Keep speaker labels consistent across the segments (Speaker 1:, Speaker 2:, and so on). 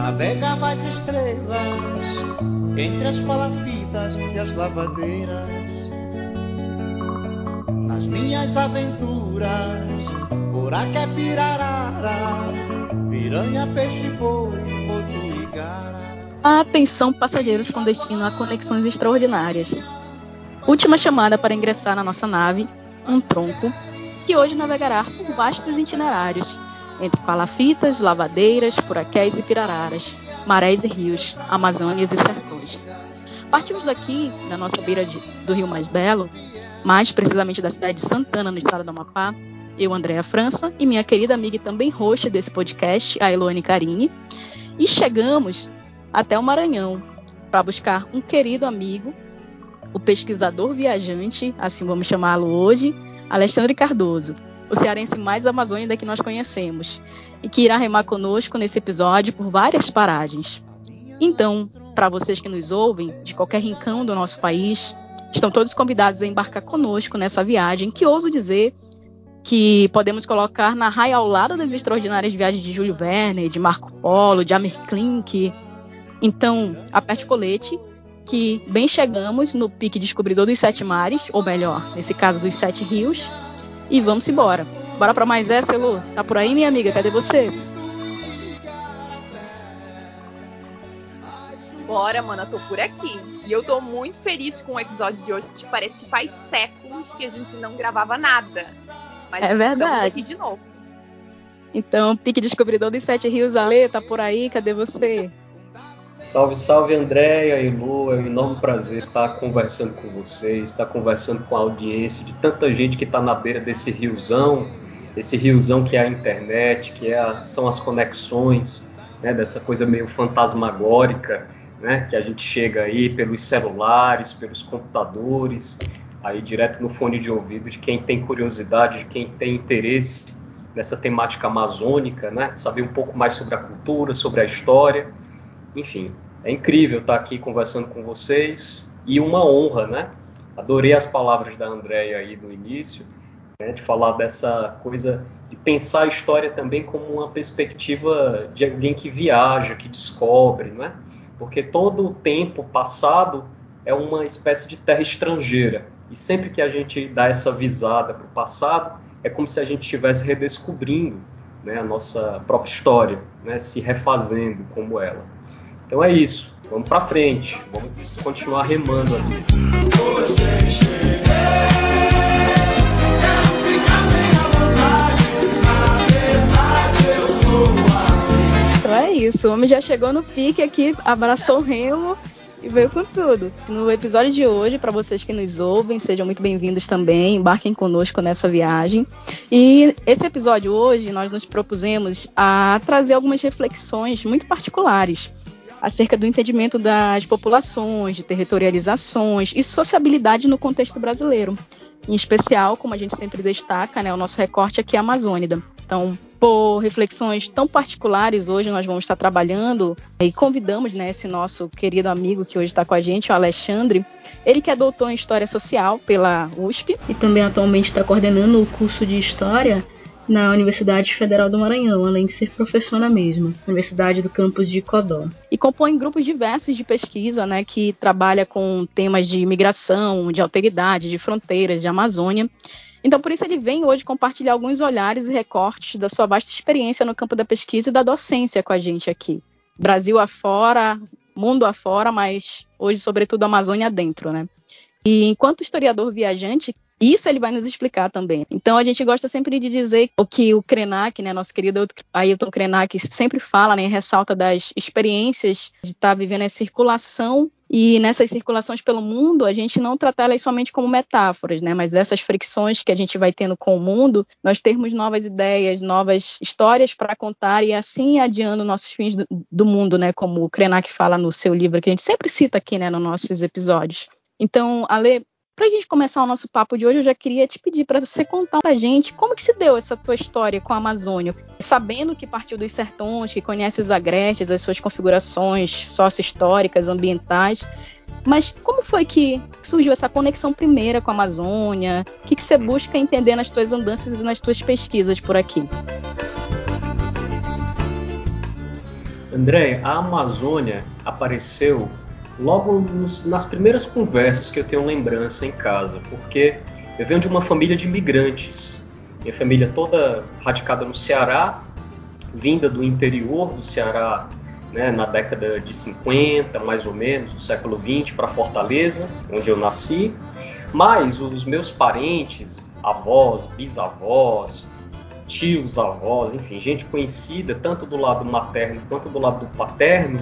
Speaker 1: Navegava as estrelas entre as palafitas e as lavadeiras. Nas minhas aventuras, buraca é pirarara, piranha, peixe, boi, boto e gara.
Speaker 2: Atenção, passageiros com destino a conexões extraordinárias. Última chamada para ingressar na nossa nave, um tronco, que hoje navegará por vastos itinerários, entre palafitas, lavadeiras, puraqués e pirararas, marés e rios, Amazônias e sertões. Partimos daqui, da nossa beira do Rio Mais Belo, mais precisamente da cidade de Santana, no estado do Amapá, eu, Andréa França, e minha querida amiga e também host desse podcast, a Elone Carini, e chegamos até o Maranhão para buscar um querido amigo, o pesquisador viajante, assim vamos chamá-lo hoje, Alexandre Cardoso, o cearense mais amazônida que nós conhecemos, e que irá remar conosco nesse episódio por várias paragens. Então, para vocês que nos ouvem, de qualquer rincão do nosso país, estão todos convidados a embarcar conosco nessa viagem, que ouso dizer que podemos colocar na raia ao lado das extraordinárias viagens de Júlio Verne, de Marco Polo, de Amir Klink. Então, aperte o colete, que bem chegamos no pique descobridor dos 7 mares, ou melhor, nesse caso dos 7 rios, e vamos embora. Bora pra mais essa, Elô? Tá por aí, minha amiga? Cadê você?
Speaker 3: Bora, mana, tô por aqui. E eu tô muito feliz com o episódio de hoje. Parece que faz séculos que a gente não gravava nada. Mas
Speaker 2: é verdade.
Speaker 3: Estamos aqui de novo.
Speaker 2: Então, pique descobridor dos 7 rios, Ale, tá por aí? Cadê você?
Speaker 4: Salve, salve, Andréia e Lu. É um enorme prazer estar conversando com vocês, estar conversando com a audiência de tanta gente que está na beira desse riozão que é a internet, são as conexões, né, dessa coisa meio fantasmagórica, né, que a gente chega aí pelos celulares, pelos computadores, aí direto no fone de ouvido de quem tem curiosidade, de quem tem interesse nessa temática amazônica, né, saber um pouco mais sobre a cultura, sobre a história. Enfim, é incrível estar aqui conversando com vocês e uma honra, né? Adorei as palavras da Andréia aí do início, né, de falar dessa coisa de pensar a história também como uma perspectiva de alguém que viaja, que descobre, né? Porque todo o tempo passado é uma espécie de terra estrangeira e sempre que a gente dá essa visada para o passado, é como se a gente estivesse redescobrindo, né, a nossa própria história, né, se refazendo como ela. Então é isso, vamos pra frente, vamos continuar remando aqui.
Speaker 2: Então é isso, o homem já chegou no pique aqui, abraçou o remo e veio com tudo. No episódio de hoje, para vocês que nos ouvem, sejam muito bem-vindos também, embarquem conosco nessa viagem. E esse episódio hoje, nós nos propusemos a trazer algumas reflexões muito particulares acerca do entendimento das populações, de territorializações e sociabilidade no contexto brasileiro. Em especial, como a gente sempre destaca, né, o nosso recorte aqui é amazônida. Então, por reflexões tão particulares, hoje nós vamos estar trabalhando e convidamos, né, esse nosso querido amigo que hoje está com a gente, o Alexandre. Ele que é doutor em História Social pela USP e também atualmente está coordenando o curso de História na Universidade Federal do Maranhão, além de ser professor na mesma, Universidade do Campus de Codó. E compõe grupos diversos de pesquisa, né, que trabalha com temas de migração, de alteridade, de fronteiras, de Amazônia. Então, por isso ele vem hoje compartilhar alguns olhares e recortes da sua vasta experiência no campo da pesquisa e da docência com a gente aqui. Brasil afora, mundo afora, mas hoje, sobretudo, Amazônia adentro, né? E enquanto historiador viajante, isso ele vai nos explicar também. Então a gente gosta sempre de dizer o que o Krenak, né, nosso querido Ailton Krenak, sempre fala, né, ressalta das experiências de estar vivendo a circulação, e nessas circulações pelo mundo a gente não tratar elas somente como metáforas, né, mas dessas fricções que a gente vai tendo com o mundo, nós termos novas ideias, novas histórias para contar e assim adiando nossos fins do mundo, né, como o Krenak fala no seu livro, que a gente sempre cita aqui, né, nos nossos episódios. Então, Ale, para a gente começar o nosso papo de hoje, eu já queria te pedir para você contar para a gente como que se deu essa tua história com a Amazônia, sabendo que partiu dos sertões, que conhece os agrestes, as suas configurações sócio-históricas, ambientais, mas como foi que surgiu essa conexão primeira com a Amazônia? O que você busca entender nas tuas andanças e nas tuas pesquisas por aqui?
Speaker 4: André, a Amazônia apareceu logo nas primeiras conversas que eu tenho lembrança em casa, porque eu venho de uma família de imigrantes. Minha família toda radicada no Ceará, vinda do interior do Ceará, né, na década de 50, mais ou menos, do século 20, para Fortaleza, onde eu nasci. Mas os meus parentes, avós, bisavós, tios, avós, enfim, gente conhecida, tanto do lado materno quanto do lado do paterno,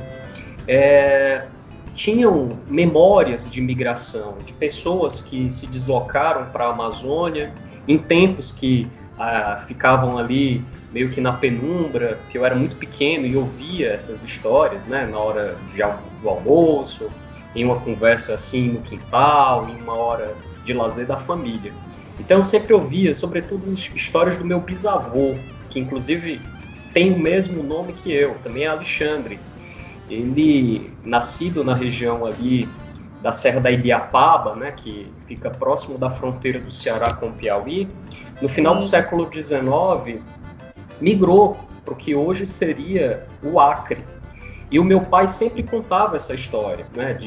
Speaker 4: tinham memórias de migração, de pessoas que se deslocaram para a Amazônia em tempos que ficavam ali meio que na penumbra, que eu era muito pequeno e ouvia essas histórias, né, na hora do almoço, em uma conversa assim no quintal, em uma hora de lazer da família. Então eu sempre ouvia, sobretudo, histórias do meu bisavô, que inclusive tem o mesmo nome que eu, também é Alexandre. Ele, nascido na região ali da Serra da Ibiapaba, né, que fica próximo da fronteira do Ceará com o Piauí, no final do século XIX, migrou para o que hoje seria o Acre. E o meu pai sempre contava essa história, né,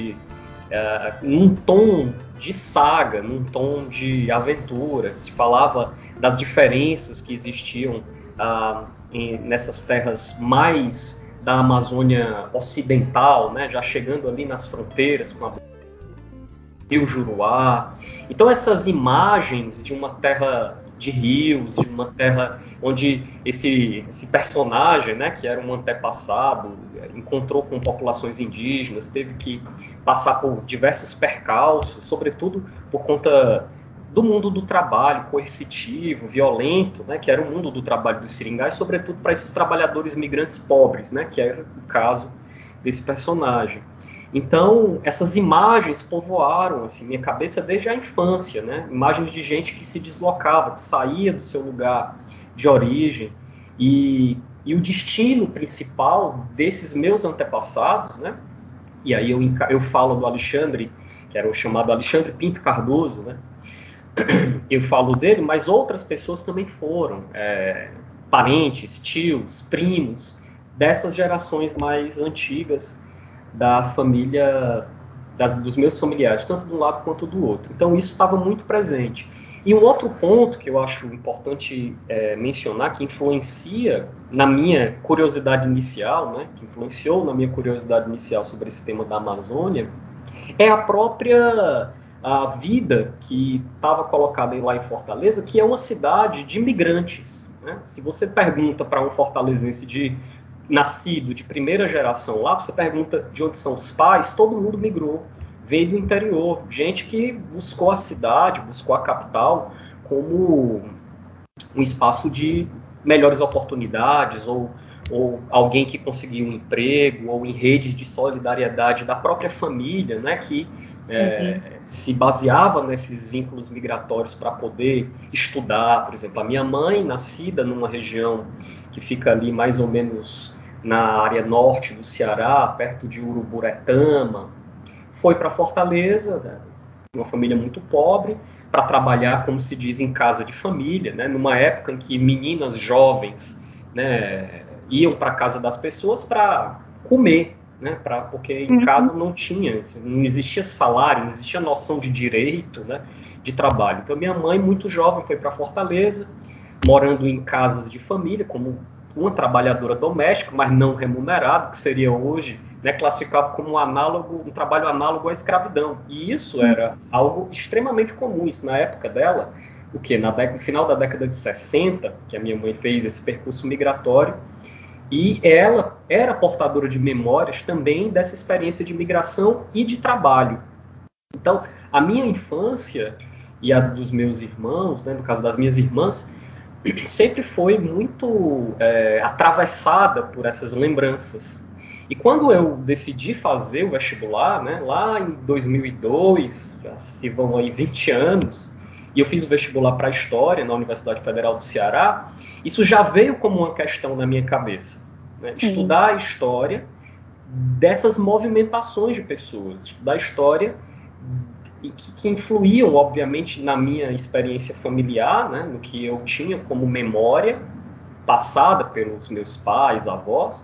Speaker 4: num tom de saga, num tom de aventura. Se falava das diferenças que existiam nessas terras mais da Amazônia Ocidental, né, já chegando ali nas fronteiras com a Rio Juruá. Então essas imagens de uma terra de rios, de uma terra onde esse personagem, né, que era um antepassado, encontrou com populações indígenas, teve que passar por diversos percalços, sobretudo por conta do mundo do trabalho coercitivo, violento, né, que era o mundo do trabalho dos seringais, sobretudo para esses trabalhadores migrantes pobres, né, que era o caso desse personagem. Então, essas imagens povoaram assim, minha cabeça desde a infância, né? Imagens de gente que se deslocava, que saía do seu lugar de origem. E o destino principal desses meus antepassados, né? E aí eu falo do Alexandre, que era o chamado Alexandre Pinto Cardoso, né? Eu falo dele, mas outras pessoas também foram, parentes, tios, primos, dessas gerações mais antigas da família, dos meus familiares, tanto de um lado quanto do outro. Então isso estava muito presente. E um outro ponto que eu acho importante mencionar, que influencia na minha curiosidade inicial, né, que influenciou na minha curiosidade inicial sobre esse tema da Amazônia, é a própria vida que estava colocada lá em Fortaleza, que é uma cidade de imigrantes. Né? Se você pergunta para um fortalezense nascido de primeira geração lá, você pergunta de onde são os pais, todo mundo migrou, veio do interior, gente que buscou a cidade, buscou a capital como um espaço de melhores oportunidades, ou alguém que conseguiu um emprego, ou em redes de solidariedade da própria família, né, que se baseava nesses vínculos migratórios para poder estudar. Por exemplo, a minha mãe, nascida numa região que fica ali mais ou menos na área norte do Ceará, perto de Uruburetama, foi para Fortaleza, né, uma família muito pobre, para trabalhar, como se diz, em casa de família, né, numa época em que meninas jovens, né, iam para a casa das pessoas para comer, né, porque em casa não existia salário, não existia noção de direito, né, de trabalho. Então minha mãe, muito jovem, foi para Fortaleza, morando em casas de família, como uma trabalhadora doméstica, mas não remunerada, que seria hoje, né, classificado como um trabalho análogo à escravidão. E isso era algo extremamente comum. Isso na época dela, no final da década de 60, que a minha mãe fez esse percurso migratório, e ela era portadora de memórias também dessa experiência de migração e de trabalho. Então, a minha infância e a dos meus irmãos, né, no caso das minhas irmãs, sempre foi muito atravessada por essas lembranças. E quando eu decidi fazer o vestibular, né, lá em 2002, já se vão aí 20 anos, e eu fiz o vestibular para História na Universidade Federal do Ceará, isso já veio como uma questão na minha cabeça. Né? Estudar a história dessas movimentações de pessoas, estudar a história que influíam, obviamente, na minha experiência familiar, né, no que eu tinha como memória passada pelos meus pais, avós,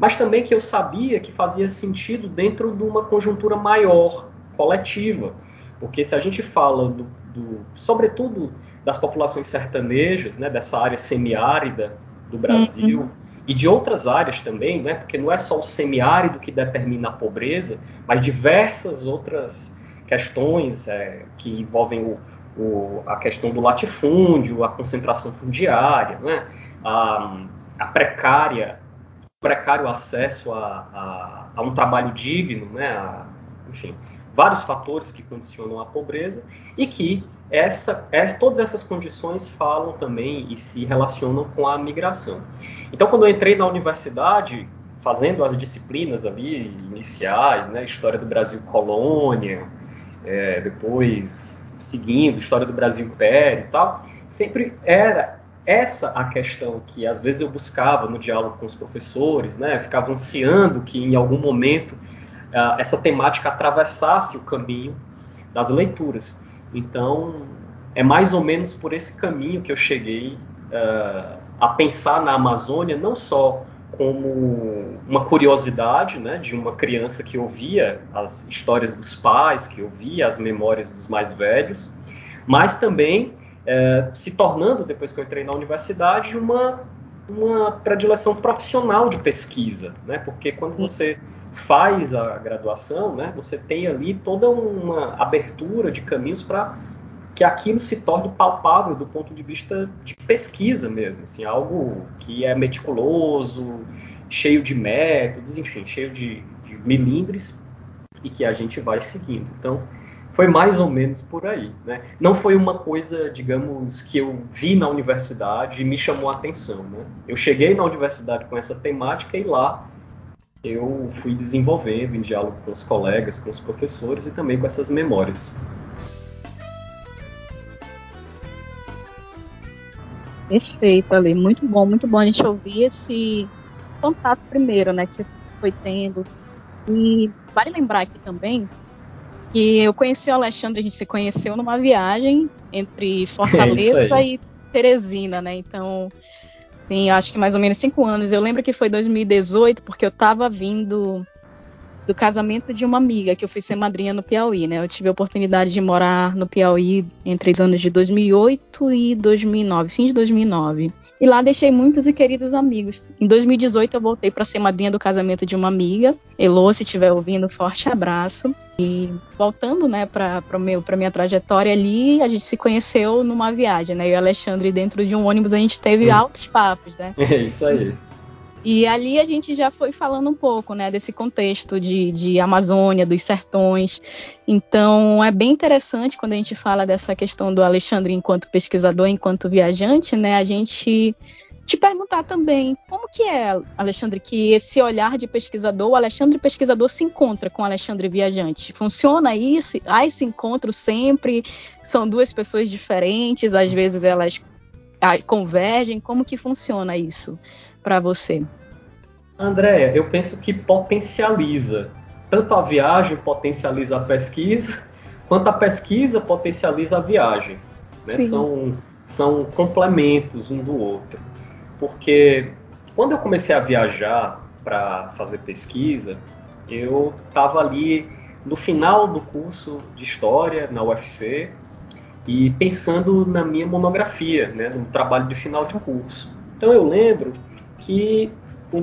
Speaker 4: mas também que eu sabia que fazia sentido dentro de uma conjuntura maior, coletiva. Porque se a gente fala, sobretudo, das populações sertanejas, né, dessa área semiárida do Brasil, e de outras áreas também, né, porque não é só o semiárido que determina a pobreza, mas diversas outras questões que envolvem a questão do latifúndio, a concentração fundiária, né, a precário acesso a um trabalho digno, né, enfim, vários fatores que condicionam a pobreza e que todas essas condições falam também e se relacionam com a migração. Então, quando eu entrei na universidade, fazendo as disciplinas ali iniciais, né, História do Brasil Colônia, depois seguindo História do Brasil Império e tal, sempre era essa a questão que às vezes eu buscava no diálogo com os professores, né, ficava ansiando que em algum momento essa temática atravessasse o caminho das leituras. Então, é mais ou menos por esse caminho que eu cheguei a pensar na Amazônia, não só como uma curiosidade, né, de uma criança que ouvia as histórias dos pais, que ouvia as memórias dos mais velhos, mas também se tornando, depois que eu entrei na universidade, uma predileção profissional de pesquisa, né, porque quando você faz a graduação, né, você tem ali toda uma abertura de caminhos para que aquilo se torne palpável do ponto de vista de pesquisa mesmo, assim, algo que é meticuloso, cheio de métodos, enfim, cheio de milindres e que a gente vai seguindo. Então, foi mais ou menos por aí, né? Não foi uma coisa, digamos, que eu vi na universidade e me chamou a atenção, né? Eu cheguei na universidade com essa temática e lá eu fui desenvolvendo em diálogo com os colegas, com os professores e também com essas memórias.
Speaker 2: Perfeito, Ale. Muito bom a gente ouvir esse contato primeiro, né, que você foi tendo. E vale lembrar aqui também que eu conheci o Alexandre, a gente se conheceu numa viagem entre Fortaleza e Teresina, né? Então, tem acho que mais ou menos 5 anos. Eu lembro que foi 2018, porque eu estava vindo do casamento de uma amiga, que eu fui ser madrinha no Piauí, né? Eu tive a oportunidade de morar no Piauí entre os anos de 2008 e 2009, fim de 2009. E lá deixei muitos e queridos amigos. Em 2018 eu voltei para ser madrinha do casamento de uma amiga. Elô, se estiver ouvindo, forte abraço. E voltando, né, para minha trajetória ali, a gente se conheceu numa viagem, né? Eu e o Alexandre, dentro de um ônibus, a gente teve altos papos, né?
Speaker 4: É isso aí.
Speaker 2: E ali a gente já foi falando um pouco, né, desse contexto de Amazônia, dos sertões. Então, é bem interessante quando a gente fala dessa questão do Alexandre enquanto pesquisador, enquanto viajante, né, a gente te perguntar também como que é, Alexandre, que esse olhar de pesquisador, o Alexandre pesquisador se encontra com o Alexandre viajante. Funciona isso? Há esse encontro sempre? São duas pessoas diferentes, às vezes elas convergem? Como que funciona isso para você?
Speaker 4: Andréia, eu penso que potencializa. Tanto a viagem potencializa a pesquisa, quanto a pesquisa potencializa a viagem. Né? São complementos um do outro. Porque quando eu comecei a viajar para fazer pesquisa, eu estava ali no final do curso de História na UFC e pensando na minha monografia, né, no trabalho de final de curso. Então eu lembro que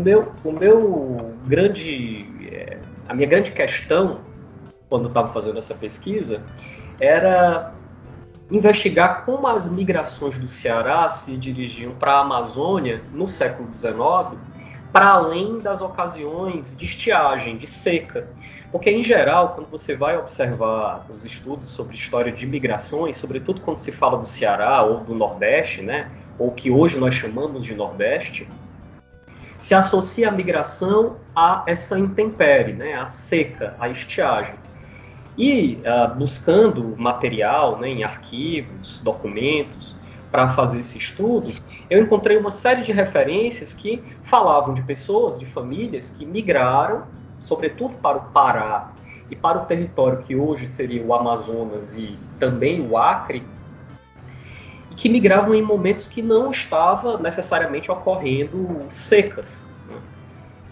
Speaker 4: a minha grande questão quando eu estava fazendo essa pesquisa era investigar como as migrações do Ceará se dirigiam para a Amazônia no século XIX, para além das ocasiões de estiagem, de seca. Porque, em geral, quando você vai observar os estudos sobre história de migrações, sobretudo quando se fala do Ceará ou do Nordeste, né, ou que hoje nós chamamos de Nordeste, se associa a migração a essa intempérie, né, a seca, a estiagem. E buscando material, né, em arquivos, documentos, para fazer esse estudo, eu encontrei uma série de referências que falavam de pessoas, de famílias que migraram, sobretudo para o Pará e para o território que hoje seria o Amazonas e também o Acre, e que migravam em momentos que não estava necessariamente ocorrendo secas. Né?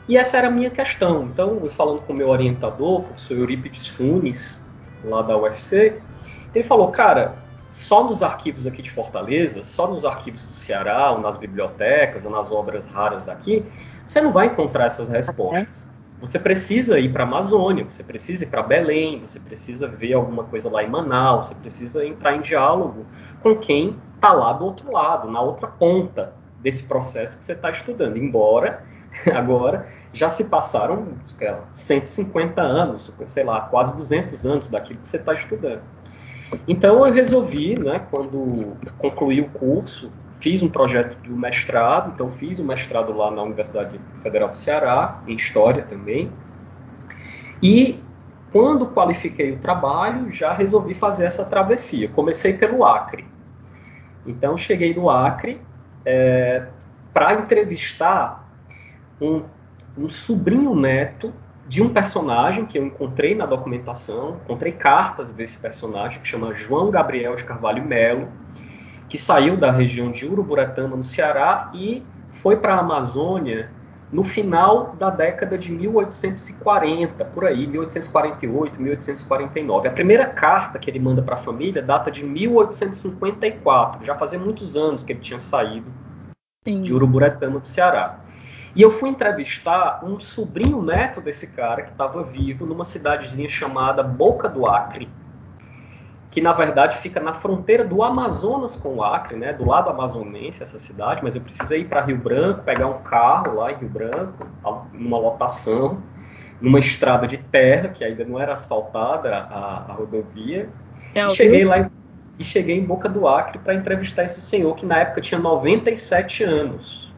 Speaker 4: E essa era a minha questão. Então, eu falando com o meu orientador, o professor Eurípides Funes, lá da UFC, ele falou, cara, só nos arquivos aqui de Fortaleza, só nos arquivos do Ceará, ou nas bibliotecas, ou nas obras raras daqui, você não vai encontrar essas respostas. Você precisa ir para a Amazônia, você precisa ir para Belém, você precisa ver alguma coisa lá em Manaus, você precisa entrar em diálogo com quem está lá do outro lado, na outra ponta desse processo que você está estudando. Embora, agora, já se passaram 150 anos, sei lá, quase 200 anos daquilo que você está estudando. Então eu resolvi, né, quando concluí o curso, fiz um projeto de mestrado, então fiz o mestrado lá na Universidade Federal do Ceará, em História também, e quando qualifiquei o trabalho, já resolvi fazer essa travessia. Comecei pelo Acre. Então cheguei no Acre para entrevistar um sobrinho neto de um personagem que eu encontrei na documentação, encontrei cartas desse personagem, que chama João Gabriel de Carvalho Melo, que saiu da região de Uruburetama, no Ceará, e foi para a Amazônia no final da década de 1840, por aí, 1848, 1849. A primeira carta que ele manda para a família data de 1854, já fazia muitos anos que ele tinha saído de Uruburetama, do Ceará. E eu fui entrevistar um sobrinho neto desse cara que estava vivo numa cidadezinha chamada Boca do Acre, que na verdade fica na fronteira do Amazonas com o Acre, né, do lado amazonense, essa cidade, mas eu precisei ir para Rio Branco, pegar um carro lá em Rio Branco, numa lotação, numa estrada de terra, que ainda não era asfaltada a rodovia, e cheguei lá e cheguei em Boca do Acre para entrevistar esse senhor, que na época tinha 97 anos.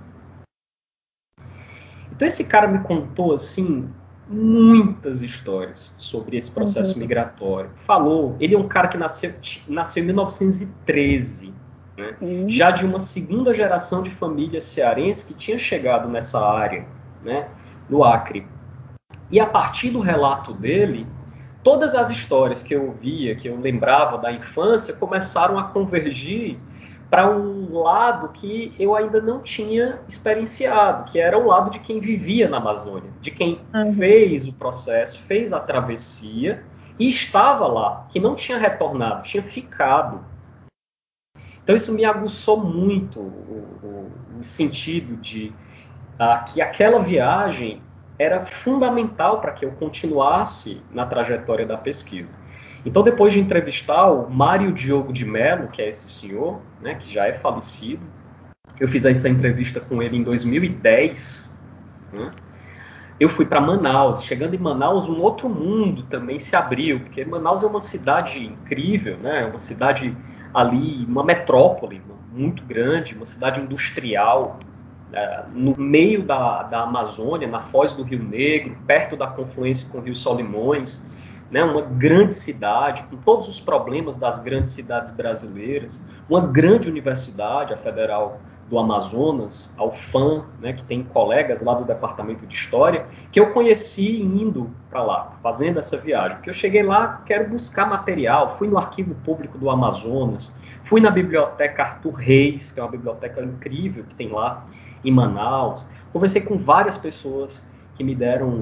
Speaker 4: Então esse cara me contou, assim, muitas histórias sobre esse processo migratório. Falou, ele é um cara que nasceu em 1913, né? Já de uma segunda geração de família cearense que tinha chegado nessa área, né, do Acre. E a partir do relato dele, todas as histórias que eu ouvia, que eu lembrava da infância, começaram a convergir para um lado que eu ainda não tinha experienciado, que era o lado de quem vivia na Amazônia, de quem fez o processo, fez a travessia e estava lá, que não tinha retornado, tinha ficado. Então isso me aguçou muito o sentido de que aquela viagem era fundamental para que eu continuasse na trajetória da pesquisa. Então, depois de entrevistar o Mário Diogo de Mello, que é esse senhor, né, que já é falecido, eu fiz essa entrevista com ele em 2010, né, eu fui para Manaus. Chegando em Manaus, um outro mundo também se abriu, porque Manaus é uma cidade incrível, né, uma cidade ali, uma metrópole muito grande, uma cidade industrial, no meio da Amazônia, na foz do Rio Negro, perto da confluência com o Rio Solimões, né, uma grande cidade, com todos os problemas das grandes cidades brasileiras, uma grande universidade, a Federal do Amazonas, a UFAM, né, que tem colegas lá do Departamento de História, que eu conheci indo para lá, fazendo essa viagem. Porque eu cheguei lá, quero buscar material, fui no Arquivo Público do Amazonas, fui na Biblioteca Arthur Reis, que é uma biblioteca incrível que tem lá em Manaus, conversei com várias pessoas que me deram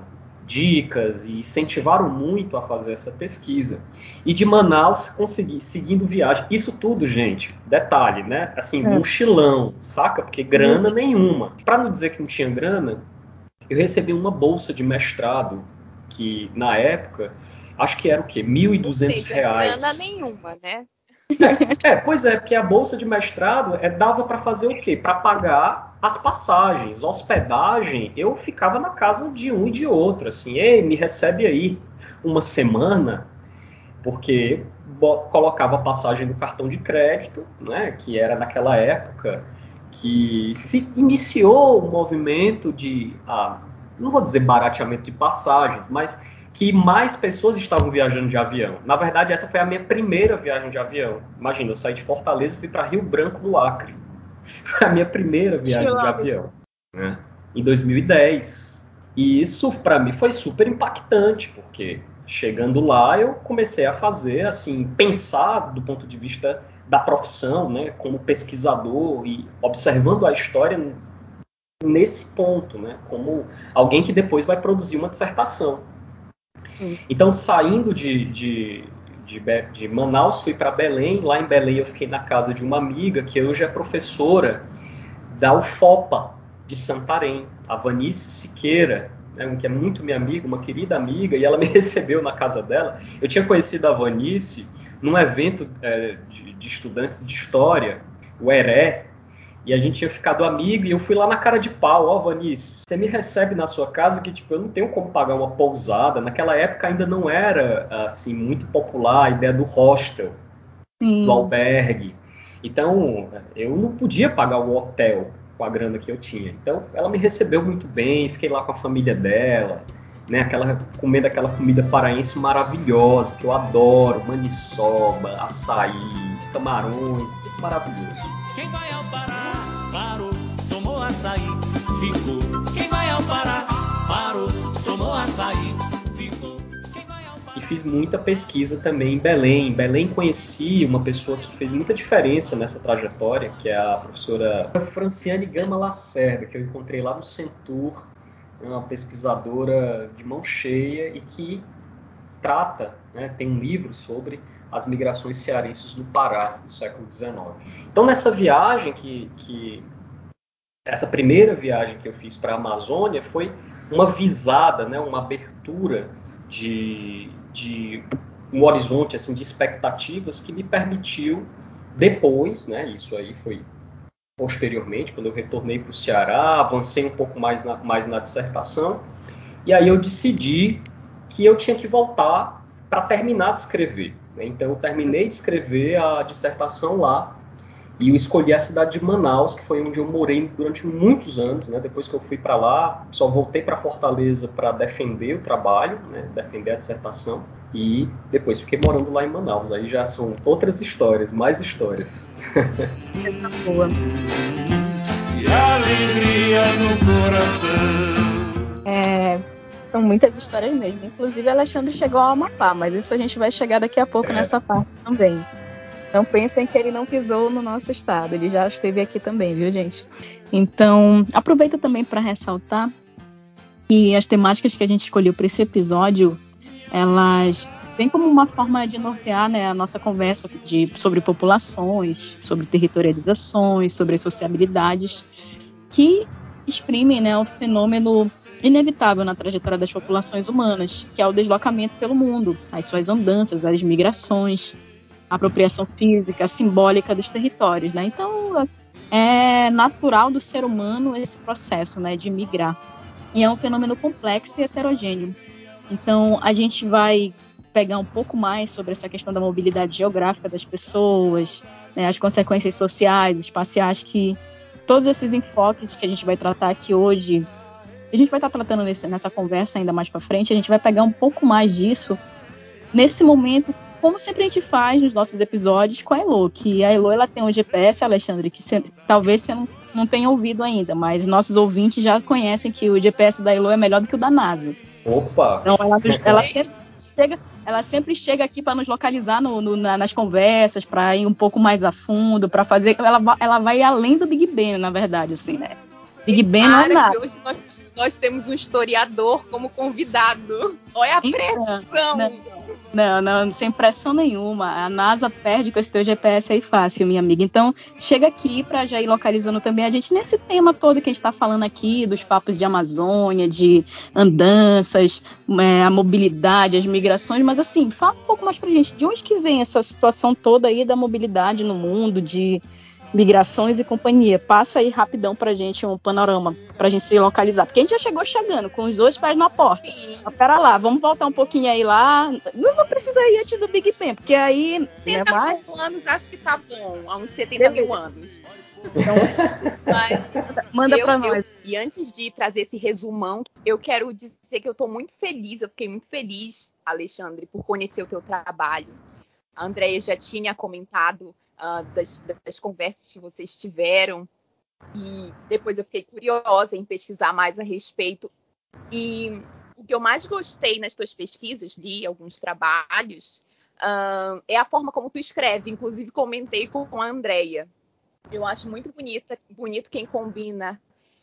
Speaker 4: dicas e incentivaram muito a fazer essa pesquisa. E de Manaus consegui, seguindo viagem. Isso tudo, gente, detalhe, né? Assim, mochilão, saca? Porque grana nenhuma. Para não dizer que não tinha grana, eu recebi uma bolsa de mestrado, que na época, acho que era o quê? R$1.200.
Speaker 3: Grana nenhuma, né?
Speaker 4: Pois é, porque a bolsa de mestrado dava para fazer o quê? Para pagar as passagens, hospedagem. Eu ficava na casa de um e de outro, assim, ei, me recebe aí uma semana, porque colocava a passagem no cartão de crédito, né, que era naquela época que se iniciou o movimento de, não vou dizer barateamento de passagens, mas que mais pessoas estavam viajando de avião. Na verdade, essa foi a minha primeira viagem de avião. Imagina, eu saí de Fortaleza e fui para Rio Branco, do Acre. Foi a minha primeira viagem de avião, né? Em 2010. E isso, para mim, foi super impactante, porque chegando lá, eu comecei a fazer, assim, pensar do ponto de vista da profissão, né, como pesquisador e observando a história nesse ponto, né? Como alguém que depois vai produzir uma dissertação. Então, saindo de Manaus, fui para Belém. Lá em Belém eu fiquei na casa de uma amiga que hoje é professora da UFOPA de Santarém, a Vanice Siqueira, né, que é muito minha amiga, uma querida amiga, e ela me recebeu na casa dela. Eu tinha conhecido a Vanice num evento de estudantes de história, o ERE, e a gente tinha ficado amigo, e eu fui lá na cara de pau: ó, Vanice, você me recebe na sua casa que, tipo, eu não tenho como pagar uma pousada. Naquela época ainda não era, assim, muito popular a ideia do hostel, do albergue. Então, eu não podia pagar o hotel com a grana que eu tinha. Então, ela me recebeu muito bem, fiquei lá com a família dela, né, comendo aquela comida paraense maravilhosa, que eu adoro, maniçoba, açaí, camarões, tudo maravilhoso.
Speaker 5: Quem vai ao Pará, parou, tomou açaí, ficou. Quem vai ao Pará, parou, tomou açaí, ficou.
Speaker 4: E fiz muita pesquisa também em Belém. Em Belém conheci uma pessoa que fez muita diferença nessa trajetória, que é a professora Franciane Gama Lacerda, que eu encontrei lá no Centur, uma pesquisadora de mão cheia e que trata, né, tem um livro sobre as migrações cearenses no Pará, no século XIX. Então, nessa viagem, essa primeira viagem que eu fiz para a Amazônia foi uma visada, né, uma abertura de um horizonte assim, de expectativas que me permitiu depois, né, isso aí foi posteriormente, quando eu retornei para o Ceará, avancei um pouco mais na dissertação, e aí eu decidi que eu tinha que voltar para terminar de escrever. Né? Então eu terminei de escrever a dissertação lá, e eu escolhi a cidade de Manaus, que foi onde eu morei durante muitos anos. Né? Depois que eu fui para lá, só voltei para Fortaleza para defender o trabalho, né? Defender a dissertação, e depois fiquei morando lá em Manaus. Aí já são outras histórias, mais histórias.
Speaker 2: Boa.
Speaker 5: E alegria no coração.
Speaker 2: São muitas histórias mesmo. Inclusive, Alexandre chegou ao Amapá, mas isso a gente vai chegar daqui a pouco nessa parte também. Não pensem que ele não pisou no nosso estado, ele já esteve aqui também, viu, gente? Então, aproveita também para ressaltar que as temáticas que a gente escolheu para esse episódio, elas vêm como uma forma de nortear, né, a nossa conversa sobre populações, sobre territorializações, sobre sociabilidades, que exprimem, né, o fenômeno inevitável na trajetória das populações humanas, que é o deslocamento pelo mundo, as suas andanças, as migrações, a apropriação física, simbólica dos territórios, né? Então, é natural do ser humano esse processo, né, de migrar. E é um fenômeno complexo e heterogêneo. Então, a gente vai pegar um pouco mais sobre essa questão da mobilidade geográfica das pessoas, né, as consequências sociais, espaciais, que todos esses enfoques que a gente vai tratar aqui hoje, a gente vai estar tratando nessa conversa ainda mais para frente, a gente vai pegar um pouco mais disso nesse momento, como sempre a gente faz nos nossos episódios com a Elo, que a Elo ela tem um GPS, Alexandre, que talvez você não tenha ouvido ainda, mas nossos ouvintes já conhecem que o GPS da Elo é melhor do que o da NASA.
Speaker 4: Opa!
Speaker 2: Então ela sempre chega aqui para nos localizar nas conversas, para ir um pouco mais a fundo, para fazer. Ela vai além do Big Ben, na verdade, assim, né? Big Ben não é nada.
Speaker 3: Que hoje nós temos um historiador como convidado. Olha a pressão!
Speaker 2: Não, sem pressão nenhuma. A NASA perde com esse teu GPS aí fácil, minha amiga. Então, chega aqui para já ir localizando também a gente nesse tema todo que a gente está falando aqui, dos papos de Amazônia, de andanças, a mobilidade, as migrações. Mas, assim, fala um pouco mais pra gente. De onde que vem essa situação toda aí da mobilidade no mundo, de migrações e companhia? Passa aí rapidão pra gente um panorama pra gente se localizar, porque a gente já chegando com os 2 pés na porta. Mas pera lá, vamos voltar um pouquinho aí lá. Não precisa ir antes do Big Ben, porque aí
Speaker 3: 70 mil anos acho que tá bom, há uns 70 mil anos. Então, mas
Speaker 2: manda pra nós.
Speaker 3: E antes de trazer esse resumão, eu quero dizer que eu tô muito feliz, eu fiquei muito feliz, Alexandre, por conhecer o teu trabalho. A Andréia já tinha comentado das conversas que vocês tiveram, e depois eu fiquei curiosa em pesquisar mais a respeito. E o que eu mais gostei nas tuas pesquisas, li alguns trabalhos, é a forma como tu escreve. Inclusive comentei com a Andréia. Eu acho muito bonito quem combina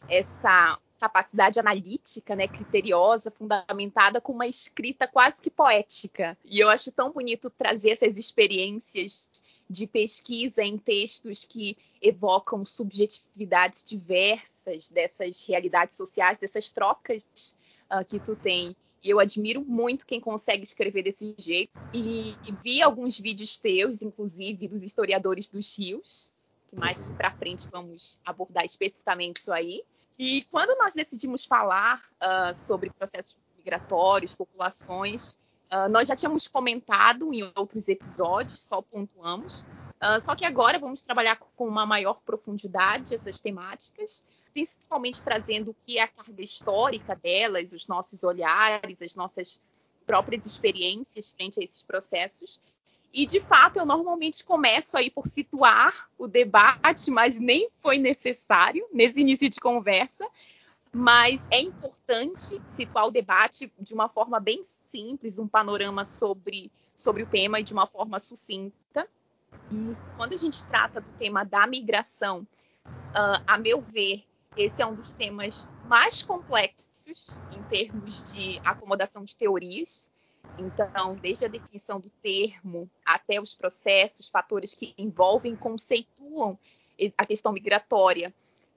Speaker 3: essa capacidade analítica, né, criteriosa, fundamentada com uma escrita quase que poética. E eu acho tão bonito trazer essas experiências de pesquisa em textos que evocam subjetividades diversas dessas realidades sociais, dessas trocas que tu tem. E eu admiro muito quem consegue escrever desse jeito. E vi alguns vídeos teus, inclusive, dos historiadores dos rios, que mais para frente vamos abordar especificamente isso aí. E quando nós decidimos falar sobre processos migratórios, populações, nós já tínhamos comentado em outros episódios, só pontuamos. Só que agora vamos trabalhar com uma maior profundidade essas temáticas, principalmente trazendo o que é a carga histórica delas, os nossos olhares, as nossas próprias experiências frente a esses processos. E, de fato, eu normalmente começo aí por situar o debate, mas nem foi necessário nesse início de conversa. Mas é importante situar o debate de uma forma bem simples, um panorama sobre o tema e de uma forma sucinta. E quando a gente trata do tema da migração, a meu ver, esse é um dos temas mais complexos em termos de acomodação de teorias. Então, desde a definição do termo até os processos, fatores que envolvem, conceituam a questão migratória,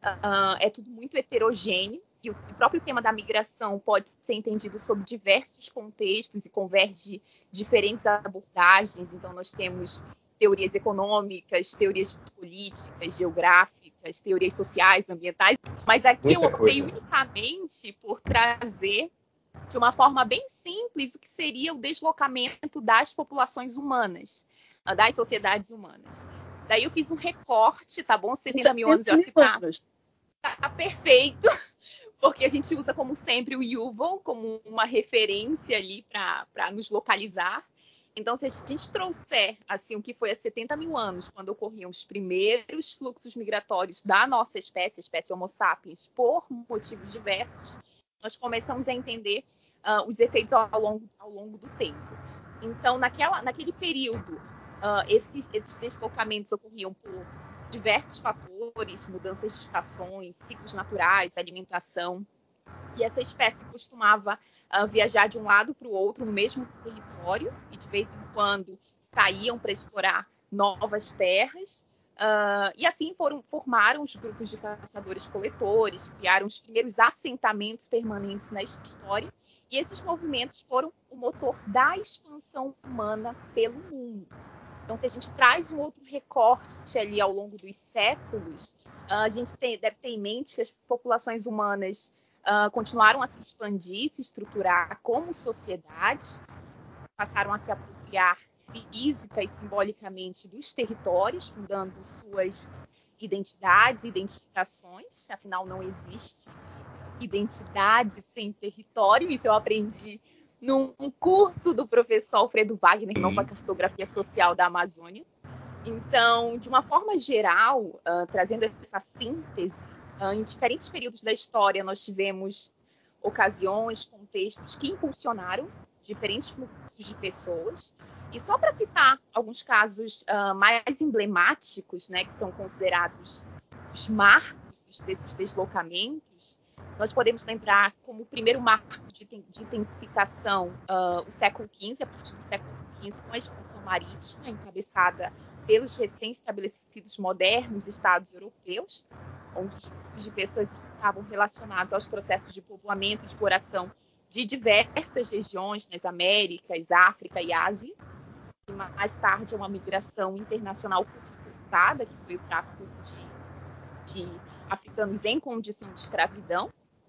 Speaker 3: é tudo muito heterogêneo. E o próprio tema da migração pode ser entendido sob diversos contextos e converge diferentes abordagens. Então, nós temos teorias econômicas, teorias políticas, geográficas, teorias sociais, ambientais. Mas aqui eu optei unicamente por trazer de uma forma bem simples o que seria o deslocamento das populações humanas, das sociedades humanas. Daí eu fiz um recorte, tá bom? 70 mil anos, eu acho que tá perfeito, porque a gente usa, como sempre, o Yuval como uma referência ali para nos localizar. Então, se a gente trouxer assim, o que foi há 70 mil anos, quando ocorriam os primeiros fluxos migratórios da nossa espécie, a espécie Homo sapiens, por motivos diversos, nós começamos a entender os efeitos ao longo do tempo. Então, naquele período, esses deslocamentos ocorriam por diversos fatores, mudanças de estações, ciclos naturais, alimentação. E essa espécie costumava viajar de um lado para o outro no mesmo território e, de vez em quando, saíam para explorar novas terras. E assim formaram os grupos de caçadores-coletores, criaram os primeiros assentamentos permanentes na história, e esses movimentos foram o motor da expansão humana pelo mundo. Então, se a gente traz um outro recorte ali ao longo dos séculos, a gente deve ter em mente que as populações humanas continuaram a se expandir, se estruturar como sociedades, passaram a se apropriar física e simbolicamente dos territórios, fundando suas identidades e identificações. Afinal, não existe identidade sem território. Isso eu aprendi num curso do professor Alfredo Wagner, Nova Cartografia Social da Amazônia. Então, de uma forma geral, trazendo essa síntese, em diferentes períodos da história, nós tivemos ocasiões, contextos que impulsionaram diferentes fluxos de pessoas. E só para citar alguns casos mais emblemáticos, né, que são considerados os marcos desses deslocamentos, nós podemos lembrar como o primeiro marco de intensificação o século XV, a partir do século XV, com a expansão marítima, encabeçada pelos recém-estabelecidos modernos estados europeus, onde os grupos de pessoas estavam relacionados aos processos de povoamento e exploração de diversas regiões nas Américas, África e Ásia. E mais tarde, uma migração internacional cortada, que foi o tráfico de africanos em condição de escravidão.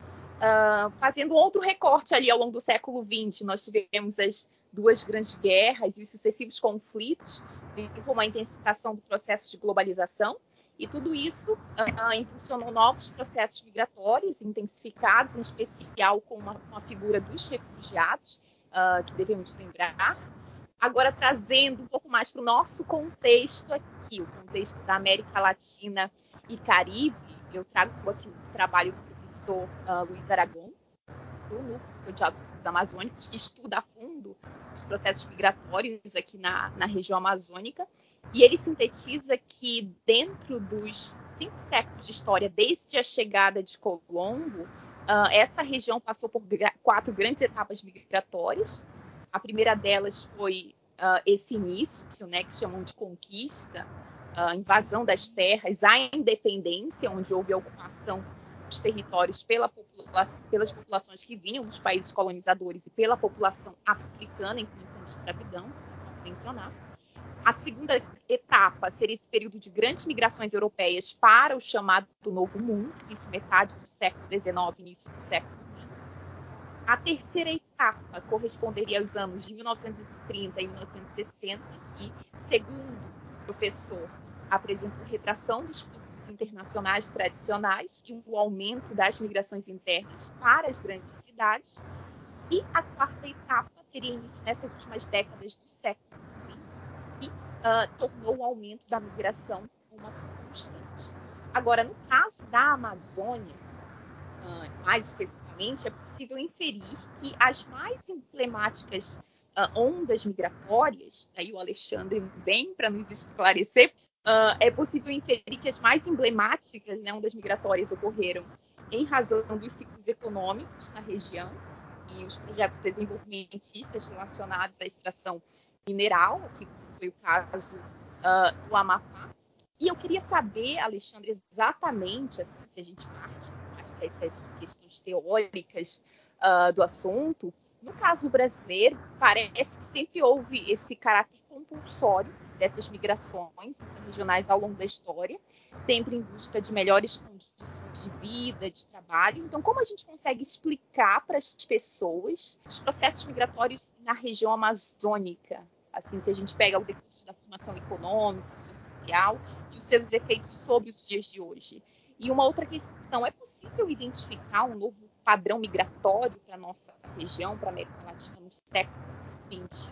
Speaker 3: Fazendo outro recorte ali ao longo do século XX, nós tivemos as duas grandes guerras e os sucessivos conflitos, com uma intensificação do processo de globalização, e tudo isso impulsionou novos processos migratórios intensificados, em especial com uma figura dos refugiados, que devemos lembrar. Agora, trazendo um pouco mais para o nosso contexto aqui, o contexto da América Latina e Caribe, eu trago aqui o trabalho do professor Luiz Aragão, do Núcleo de Estudos Amazônicos, que estuda a fundo os processos migratórios aqui na região amazônica, e ele sintetiza que dentro dos 5 séculos de história desde a chegada de Colombo, essa região passou por 4 grandes etapas migratórias. A primeira delas foi esse início, né, que chamam de conquista, a invasão das terras, a independência, onde houve a ocupação dos territórios pelas populações que vinham dos países colonizadores e pela população africana em condição de escravidão, vamos mencionar. A segunda etapa seria esse período de grandes migrações europeias para o chamado Novo Mundo, isso metade do século XIX, início do século XX. A terceira etapa corresponderia aos anos de 1930 e 1960, e, segundo o professor, apresentou retração dos fluxos internacionais tradicionais e o aumento das migrações internas para as grandes cidades. E a quarta etapa teria início nessas últimas décadas do século XX e tornou o aumento da migração uma constante. Agora, no caso da Amazônia, mais especificamente, é possível inferir que as mais emblemáticas ondas migratórias, aí o Alexandre vem para nos esclarecer, é possível inferir que as mais emblemáticas, né, ondas migratórias ocorreram em razão dos ciclos econômicos na região e os projetos desenvolvimentistas relacionados à extração mineral, que foi o caso do Amapá. E eu queria saber, Alexandre, exatamente, assim, se a gente parte mais para essas questões teóricas do assunto, no caso brasileiro, parece que sempre houve esse caráter compulsório dessas migrações regionais ao longo da história, sempre em busca de melhores condições de vida, de trabalho. Então, como a gente consegue explicar para as pessoas os processos migratórios na região amazônica? Assim, se a gente pega o decurso da formação econômica, social e os seus efeitos sobre os dias de hoje. E uma outra questão, é possível identificar um novo padrão migratório para a nossa região, para a América Latina no século XXI?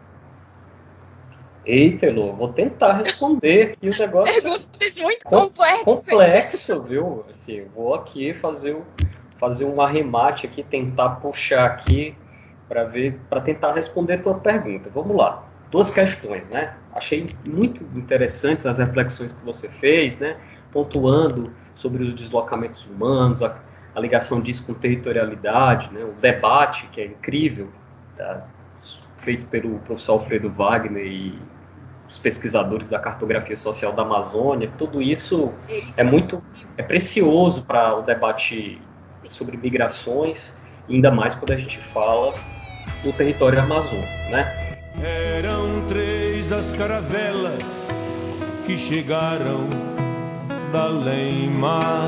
Speaker 4: Eita, Elô, vou tentar responder aqui o negócio.
Speaker 3: Perguntas muito complexas.
Speaker 4: Complexo, viu? Assim, vou aqui fazer um arremate aqui, tentar puxar aqui para tentar responder a tua pergunta. Vamos lá. 2 questões, né? Achei muito interessantes as reflexões que você fez, né? Pontuando sobre os deslocamentos humanos, a ligação disso com territorialidade, né? O debate que é incrível, tá? Feito pelo professor Alfredo Wagner e os pesquisadores da cartografia social da Amazônia. Tudo isso é precioso para o debate sobre migrações, ainda mais quando a gente fala do território amazônico, né?
Speaker 5: Eram 3 as caravelas que chegaram da além-mar,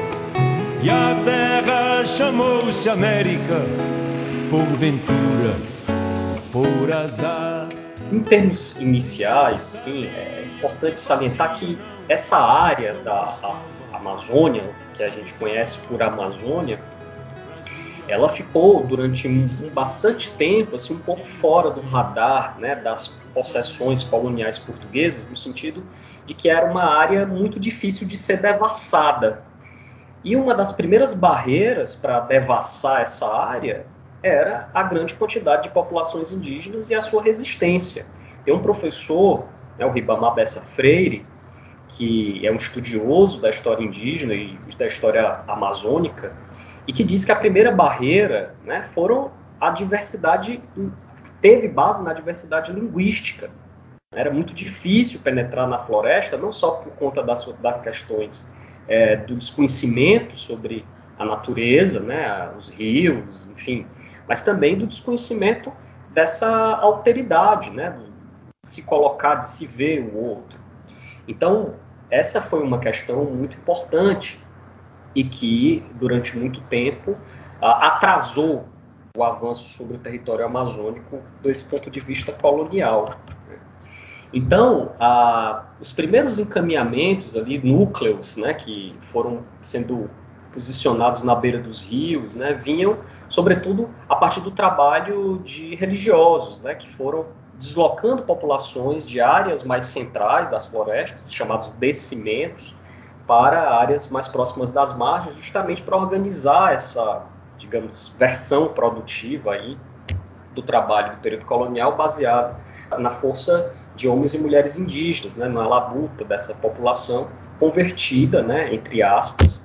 Speaker 5: e a terra chamou-se América, porventura, por azar.
Speaker 4: Em termos iniciais, sim, é importante salientar que essa área da Amazônia, que a gente conhece por Amazônia, ela ficou durante bastante tempo assim, um pouco fora do radar, né, das possessões coloniais portuguesas, no sentido de que era uma área muito difícil de ser devassada. E uma das primeiras barreiras para devassar essa área era a grande quantidade de populações indígenas e a sua resistência. Tem um professor, né, o Ribamar Bessa Freire, que é um estudioso da história indígena e da história amazônica, e que diz que a primeira barreira, né, foram a diversidade, teve base na diversidade linguística. Era muito difícil penetrar na floresta, não só por conta das questões do desconhecimento sobre a natureza, né, os rios, enfim, mas também do desconhecimento dessa alteridade, né, de se colocar, de se ver o outro. Então, essa foi uma questão muito importante e que, durante muito tempo, atrasou o avanço sobre o território amazônico desse ponto de vista colonial. Então, os primeiros encaminhamentos ali, núcleos, né, que foram sendo posicionados na beira dos rios, né, vinham, sobretudo, a partir do trabalho de religiosos, né, que foram deslocando populações de áreas mais centrais das florestas, chamados descimentos, para áreas mais próximas das margens, justamente para organizar essa, digamos, versão produtiva aí do trabalho do período colonial baseado na força de homens e mulheres indígenas, né, na labuta dessa população convertida, né, entre aspas,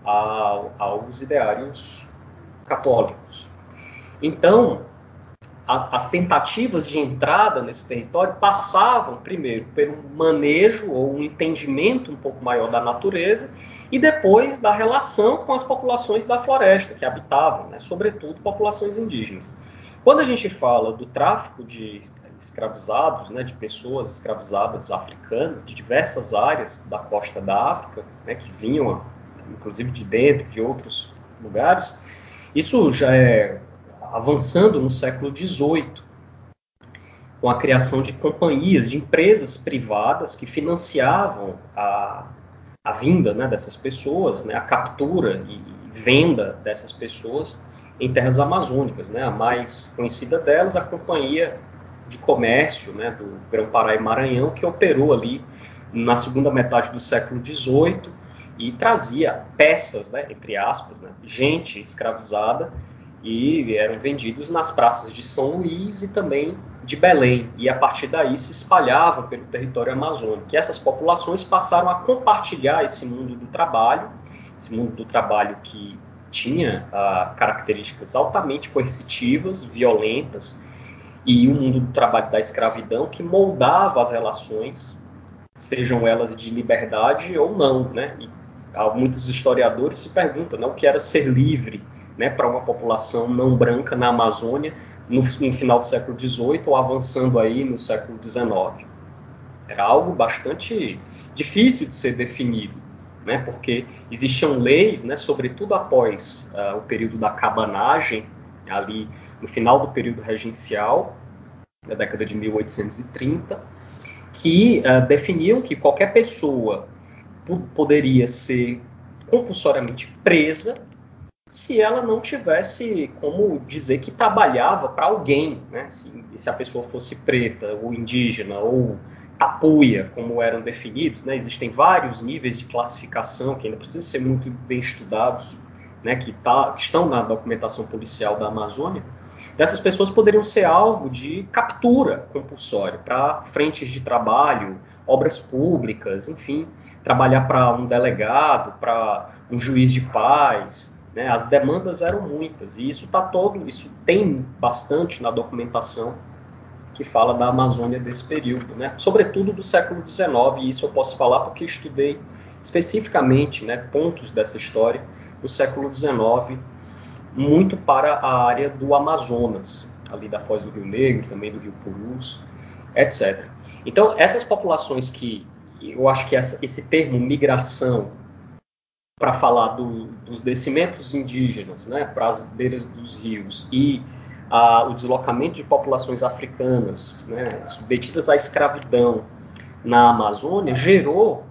Speaker 4: aos ideários católicos. Então, as tentativas de entrada nesse território passavam, primeiro, pelo manejo ou um entendimento um pouco maior da natureza e depois da relação com as populações da floresta que habitavam, né, sobretudo populações indígenas. Quando a gente fala do tráfico de escravizados, né, de pessoas escravizadas africanas, de diversas áreas da costa da África, né, que vinham, inclusive de dentro, de outros lugares, isso já é avançando no século XVIII, com a criação de companhias, de empresas privadas que financiavam a vinda, né, dessas pessoas, né, a captura e venda dessas pessoas em terras amazônicas, né? A mais conhecida delas, a Companhia de Comércio, né, do Grão-Pará e Maranhão, que operou ali na segunda metade do século XVIII e trazia peças, né, entre aspas, né, gente escravizada, e eram vendidos nas praças de São Luís e também de Belém, e a partir daí se espalhavam pelo território amazônico. E essas populações passaram a compartilhar esse mundo do trabalho que tinha características altamente coercitivas, violentas, e o mundo do trabalho da escravidão que moldava as relações, sejam elas de liberdade ou não, né? E muitos historiadores se perguntam, né, o que era ser livre, né, para uma população não branca na Amazônia no final do século XVIII ou avançando aí no século XIX. Era algo bastante difícil de ser definido, né, porque existiam leis, né, sobretudo após o período da cabanagem, ali no final do período regencial, da década de 1830, que definiam que qualquer pessoa poderia ser compulsoriamente presa se ela não tivesse como dizer que trabalhava para alguém, né? Se a pessoa fosse preta, ou indígena, ou tapuia, como eram definidos, né? Existem vários níveis de classificação que ainda precisam ser muito bem estudados, né? Que estão na documentação policial da Amazônia. Dessas pessoas poderiam ser alvo de captura compulsória para frentes de trabalho, obras públicas, enfim, trabalhar para um delegado, para um juiz de paz, né? As demandas eram muitas e isso tem bastante na documentação que fala da Amazônia desse período, né? Sobretudo do século XIX, e isso eu posso falar porque estudei especificamente, né, pontos dessa história no século XIX, muito para a área do Amazonas, ali da Foz do Rio Negro, também do Rio Purus, etc. Então, essas populações que, eu acho que esse termo migração, para falar dos descimentos indígenas, né, para as beiras dos rios, e o deslocamento de populações africanas, né, submetidas à escravidão na Amazônia, gerou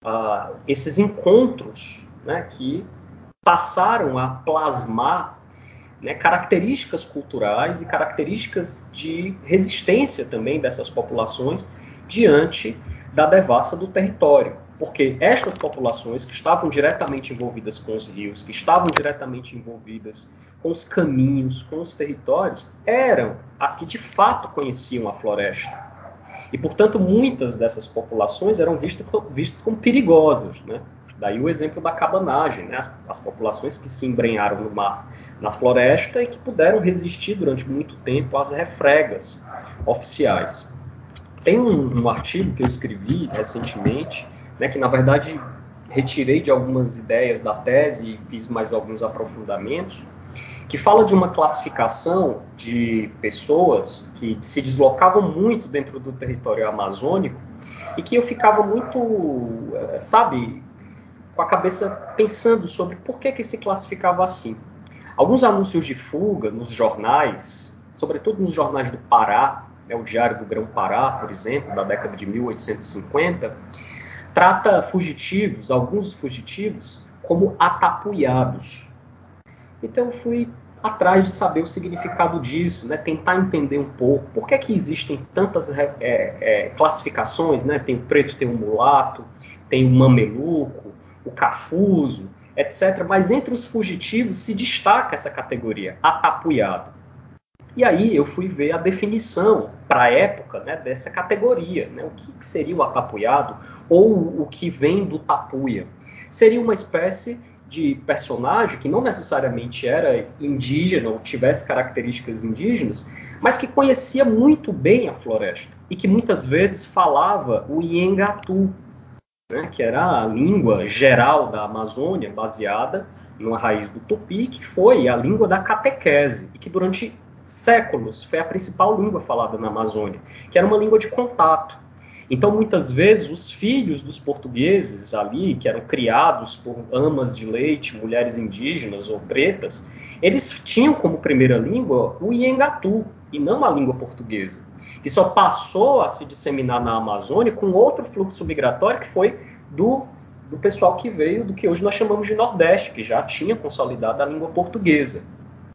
Speaker 4: esses encontros, né, que passaram a plasmar, né, características culturais e características de resistência também dessas populações diante da devassa do território. Porque estas populações que estavam diretamente envolvidas com os rios, que estavam diretamente envolvidas com os caminhos, com os territórios, eram as que de fato conheciam a floresta. E, portanto, muitas dessas populações eram vistas como perigosas, né? Daí o exemplo da cabanagem, né? As populações que se embrenharam no mar, na floresta, e que puderam resistir durante muito tempo às refregas oficiais. Tem um artigo que eu escrevi recentemente, né, que na verdade retirei de algumas ideias da tese e fiz mais alguns aprofundamentos, que fala de uma classificação de pessoas que se deslocavam muito dentro do território amazônico e que eu ficava muito, sabe, com a cabeça pensando sobre por que se classificava assim. Alguns anúncios de fuga nos jornais, sobretudo nos jornais do Pará, né, o Diário do Grão-Pará, por exemplo, da década de 1850, trata fugitivos, alguns fugitivos, como atapuiados. Então eu fui atrás de saber o significado disso, né? Tentar entender um pouco por que existem tantas classificações, né? Tem o preto, tem o mulato, tem o mameluco, o cafuso, etc. Mas entre os fugitivos se destaca essa categoria, atapuiado. E aí eu fui ver a definição para a época, né, dessa categoria, né? O que seria o atapuiado, ou o que vem do tapuia. Seria uma espécie de personagem que não necessariamente era indígena ou tivesse características indígenas, mas que conhecia muito bem a floresta e que muitas vezes falava o Iengatu, né, que era a língua geral da Amazônia, baseada numa raiz do tupi, que foi a língua da catequese, e que durante séculos foi a principal língua falada na Amazônia, que era uma língua de contato. Então, muitas vezes, os filhos dos portugueses ali, que eram criados por amas de leite, mulheres indígenas ou pretas, eles tinham como primeira língua o Iengatu, e não a língua portuguesa, que só passou a se disseminar na Amazônia com outro fluxo migratório, que foi do pessoal que veio do que hoje nós chamamos de Nordeste, que já tinha consolidado a língua portuguesa.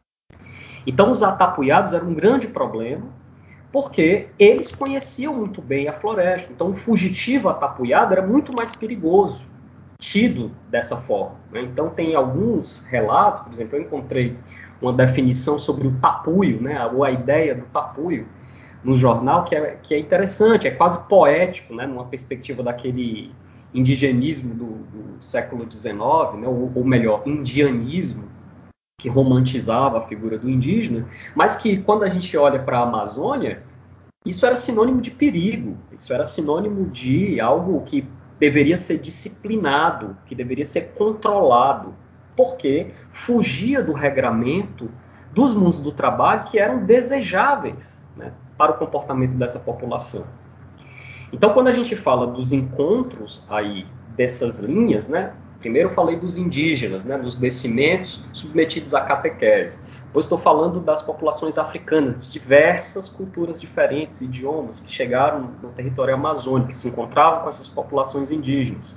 Speaker 4: Então, os atapuiados eram um grande problema, porque eles conheciam muito bem a floresta. Então, o fugitivo atapuiado era muito mais perigoso, tido dessa forma, né? Então, tem alguns relatos, por exemplo, eu encontrei uma definição sobre o tapuio, né, ou a ideia do tapuio, no jornal, que é interessante, é quase poético, né, numa perspectiva daquele indigenismo do século XIX, né, ou melhor, indianismo, que romantizava a figura do indígena, mas que, quando a gente olha para a Amazônia, isso era sinônimo de perigo, isso era sinônimo de algo que deveria ser disciplinado, que deveria ser controlado, porque fugia do regramento dos mundos do trabalho que eram desejáveis, né, para o comportamento dessa população. Então, quando a gente fala dos encontros aí dessas linhas, né, primeiro eu falei dos indígenas, né, dos descimentos submetidos à catequese. Depois estou falando das populações africanas, de diversas culturas diferentes, idiomas, que chegaram no território amazônico, que se encontravam com essas populações indígenas.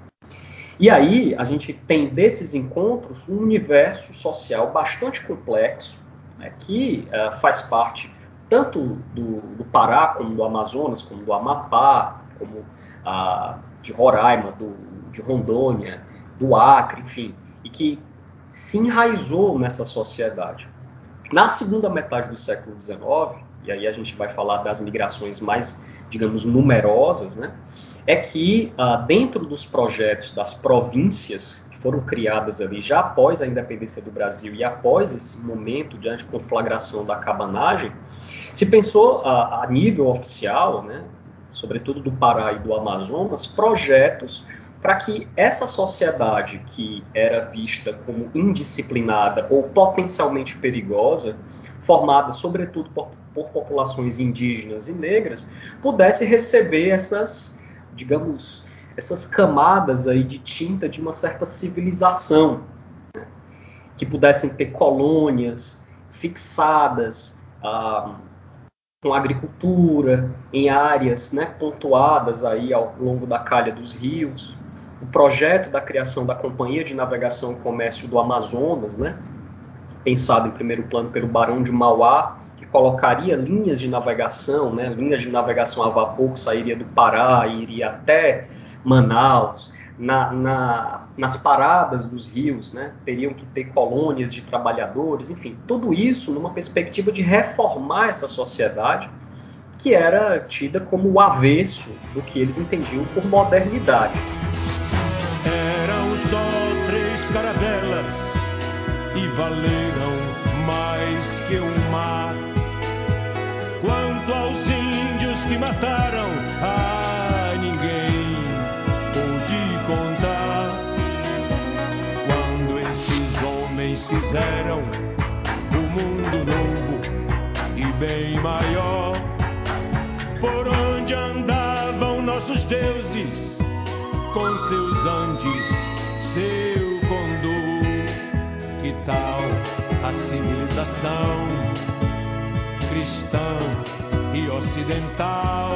Speaker 4: E aí a gente tem desses encontros um universo social bastante complexo, né, que faz parte tanto do Pará, como do Amazonas, como do Amapá, como de Roraima, de Rondônia, do Acre, enfim, e que se enraizou nessa sociedade. Na segunda metade do século XIX, e aí a gente vai falar das migrações mais, digamos, numerosas, né, é que dentro dos projetos das províncias que foram criadas ali já após a independência do Brasil e após esse momento de conflagração da cabanagem, se pensou a nível oficial, né, sobretudo do Pará e do Amazonas, projetos para que essa sociedade que era vista como indisciplinada ou potencialmente perigosa, formada sobretudo por populações indígenas e negras, pudesse receber essas, digamos, essas camadas aí de tinta de uma certa civilização, né? Que pudessem ter colônias fixadas, com agricultura, em áreas, né, pontuadas aí ao longo da calha dos rios. O projeto da criação da Companhia de Navegação e Comércio do Amazonas, né, pensado em primeiro plano pelo Barão de Mauá, que colocaria linhas de navegação, né, linhas de navegação a vapor que sairia do Pará e iria até Manaus. Nas paradas dos rios, né, teriam que ter colônias de trabalhadores, enfim, tudo isso numa perspectiva de reformar essa sociedade que era tida como o avesso do que eles entendiam por modernidade.
Speaker 5: Eram só 3 caravelas e valeram mais que o mar. Quanto aos índios que mataram, ninguém pôde contar. Quando esses homens fizeram um mundo novo e bem maior, por onde andavam nossos deuses, com seus Andes, seu Condor. Que tal a civilização cristã e ocidental?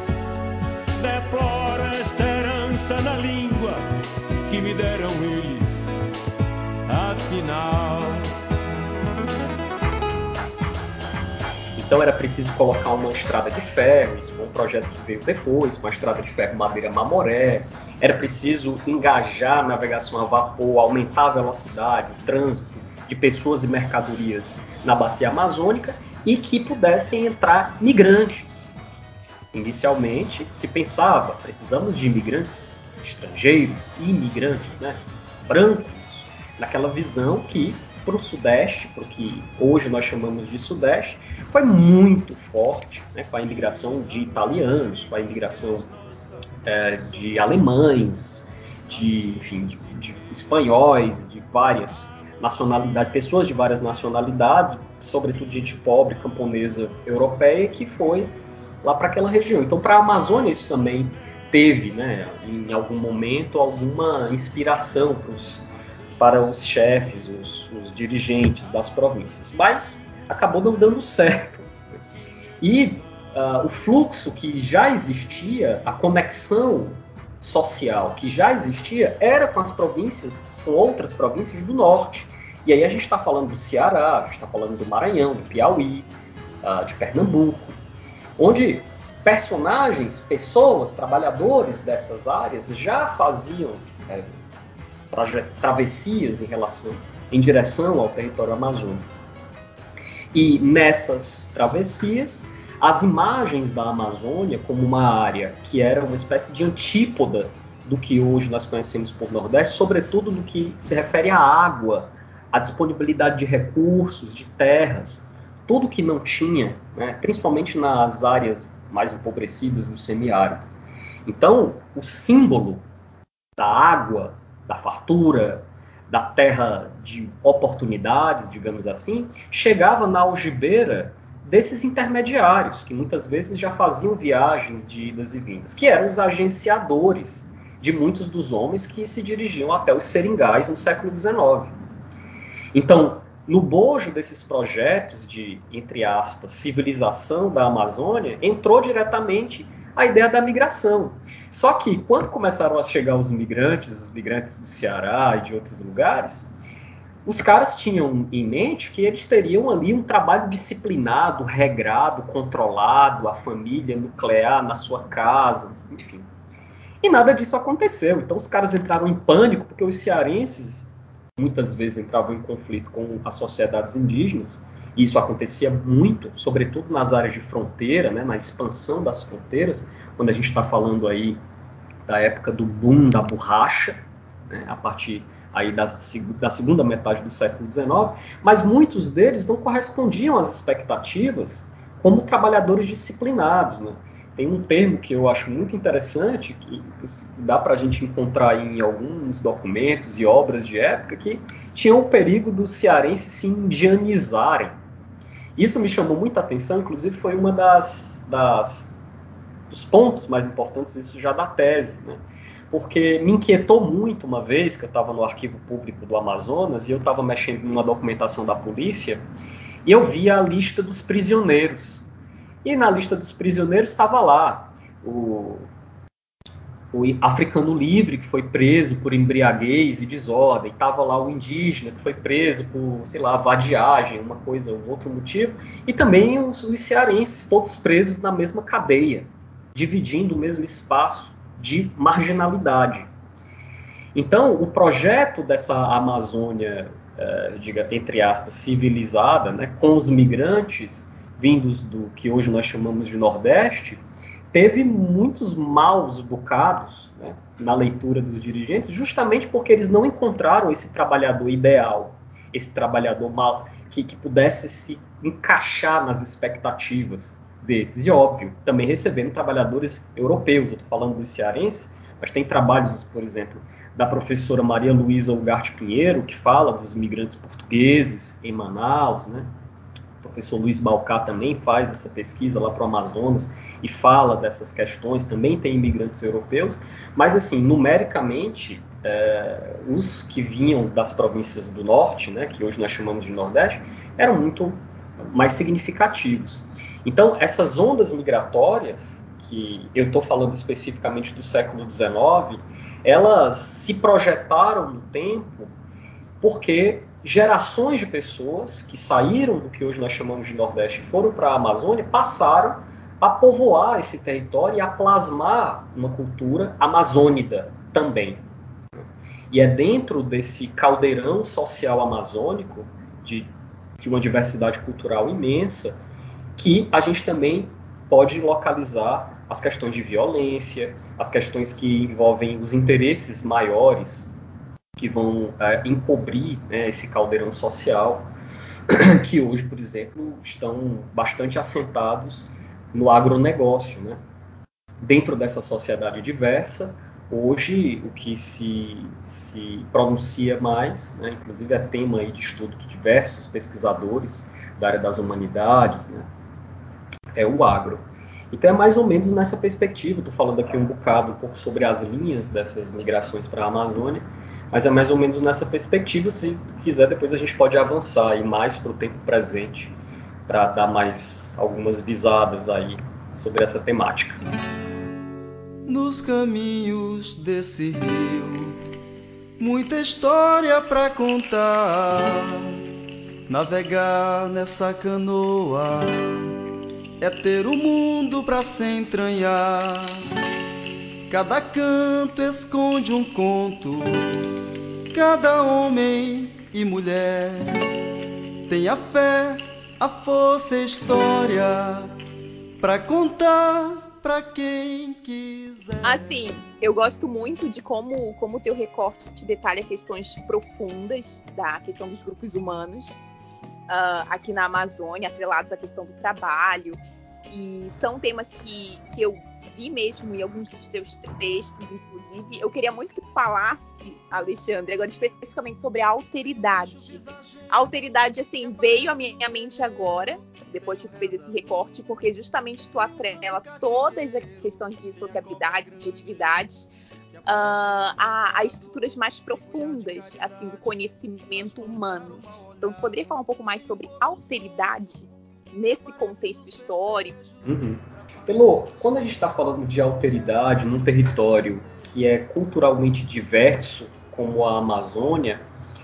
Speaker 5: Deplora esta herança na língua que me deram eles, afinal.
Speaker 4: Então era preciso colocar uma estrada de ferro, isso foi um projeto que veio depois, uma estrada de ferro Madeira Mamoré. Era preciso engajar a navegação a vapor, aumentar a velocidade, o trânsito de pessoas e mercadorias na bacia amazônica e que pudessem entrar migrantes. Inicialmente, se pensava, precisamos de imigrantes estrangeiros, imigrantes, né, brancos, naquela visão que, para o Sudeste, para o que hoje nós chamamos de Sudeste, foi muito forte, né, com a imigração de italianos, com a imigração de alemães, de espanhóis, de várias nacionalidades, pessoas de várias nacionalidades, sobretudo gente pobre, camponesa europeia, que foi lá para aquela região. Então, para a Amazônia, isso também teve, né, em algum momento, alguma inspiração para os chefes, os dirigentes das províncias. Mas acabou não dando certo. E o fluxo que já existia, a conexão social que já existia, era com as províncias, com outras províncias do norte. E aí a gente está falando do Ceará, a gente está falando do Maranhão, do Piauí, de Pernambuco, onde personagens, pessoas, trabalhadores dessas áreas já faziam travessias em direção ao território amazônico. E nessas travessias, as imagens da Amazônia como uma área que era uma espécie de antípoda do que hoje nós conhecemos por Nordeste, sobretudo no que se refere à água, à disponibilidade de recursos, de terras, tudo que não tinha, né, principalmente nas áreas mais empobrecidas do semiárido. Então, o símbolo da água, da fartura, da terra de oportunidades, digamos assim, chegava na algibeira desses intermediários, que muitas vezes já faziam viagens de idas e vindas, que eram os agenciadores de muitos dos homens que se dirigiam até os seringais no século XIX. Então, no bojo desses projetos de, entre aspas, civilização da Amazônia, entrou diretamente a ideia da migração. Só que, quando começaram a chegar os migrantes do Ceará e de outros lugares, os caras tinham em mente que eles teriam ali um trabalho disciplinado, regrado, controlado, a família nuclear na sua casa, enfim. E nada disso aconteceu. Então os caras entraram em pânico, porque os cearenses muitas vezes entravam em conflito com as sociedades indígenas, e isso acontecia muito, sobretudo nas áreas de fronteira, né, na expansão das fronteiras, quando a gente está falando aí da época do boom da borracha, né, a partir aí da segunda metade do século XIX, mas muitos deles não correspondiam às expectativas como trabalhadores disciplinados, né? Tem um termo que eu acho muito interessante, que dá para a gente encontrar em alguns documentos e obras de época, que tinha o perigo dos cearenses se indianizarem. Isso me chamou muita atenção, inclusive foi uma dos pontos mais importantes disso já da tese, né? Porque me inquietou muito uma vez que eu estava no arquivo público do Amazonas e eu estava mexendo numa documentação da polícia e eu vi a lista dos prisioneiros. E na lista dos prisioneiros estava lá o africano livre, que foi preso por embriaguez e desordem. Estava lá o indígena, que foi preso por, sei lá, vadiagem, uma coisa, um outro motivo. E também os cearenses, todos presos na mesma cadeia, dividindo o mesmo espaço de marginalidade. Então, o projeto dessa Amazônia, diga, entre aspas, civilizada, né, com os migrantes vindos do que hoje nós chamamos de Nordeste, teve muitos maus bocados, né, na leitura dos dirigentes, justamente porque eles não encontraram esse trabalhador ideal, esse trabalhador mal, que pudesse se encaixar nas expectativas desses. E óbvio, também recebendo trabalhadores europeus, eu estou falando dos cearenses, mas tem trabalhos, por exemplo, da professora Maria Luísa Ugarte Pinheiro, que fala dos imigrantes portugueses em Manaus, né? O professor Luiz Balcá também faz essa pesquisa lá para o Amazonas e fala dessas questões, também tem imigrantes europeus, mas assim, numericamente, os que vinham das províncias do norte, né, que hoje nós chamamos de Nordeste, eram muito mais significativos. Então, essas ondas migratórias, que eu estou falando especificamente do século XIX, elas se projetaram no tempo porque gerações de pessoas que saíram do que hoje nós chamamos de Nordeste e foram para a Amazônia passaram a povoar esse território e a plasmar uma cultura amazônida também. E é dentro desse caldeirão social amazônico, de uma diversidade cultural imensa, que a gente também pode localizar as questões de violência, as questões que envolvem os interesses maiores que vão encobrir, né, esse caldeirão social, que hoje, por exemplo, estão bastante assentados no agronegócio, né? Dentro dessa sociedade diversa, hoje o que se pronuncia mais, né, inclusive é tema aí de estudo de diversos pesquisadores da área das humanidades, né, é o agro. Então é mais ou menos nessa perspectiva, estou falando aqui um pouco sobre as linhas dessas migrações para a Amazônia, mas é mais ou menos nessa perspectiva. Se quiser, depois a gente pode avançar aí mais para o tempo presente, para dar mais algumas visadas aí sobre essa temática.
Speaker 6: Nos caminhos desse rio, muita história pra contar. Navegar nessa canoa é ter o mundo pra se entranhar. Cada canto esconde um conto, cada homem e mulher tem a fé, a força e a história pra contar pra quem quiser.
Speaker 3: Assim, eu gosto muito de como o teu recorte detalha questões profundas da questão dos grupos humanos aqui na Amazônia, atrelados à questão do trabalho, e são temas que eu vi mesmo em alguns dos teus textos, inclusive. Eu queria muito que tu falasse, Alexandre, agora especificamente sobre a alteridade. A alteridade, assim, veio à minha mente agora, depois que tu fez esse recorte, porque justamente tu atrela todas as questões de sociabilidade, subjetividade, a estruturas mais profundas, assim, do conhecimento humano. Então, tu poderia falar um pouco mais sobre alteridade nesse contexto histórico?
Speaker 4: Uhum. Elô, quando a gente está falando de alteridade num território que é culturalmente diverso, como a Amazônia,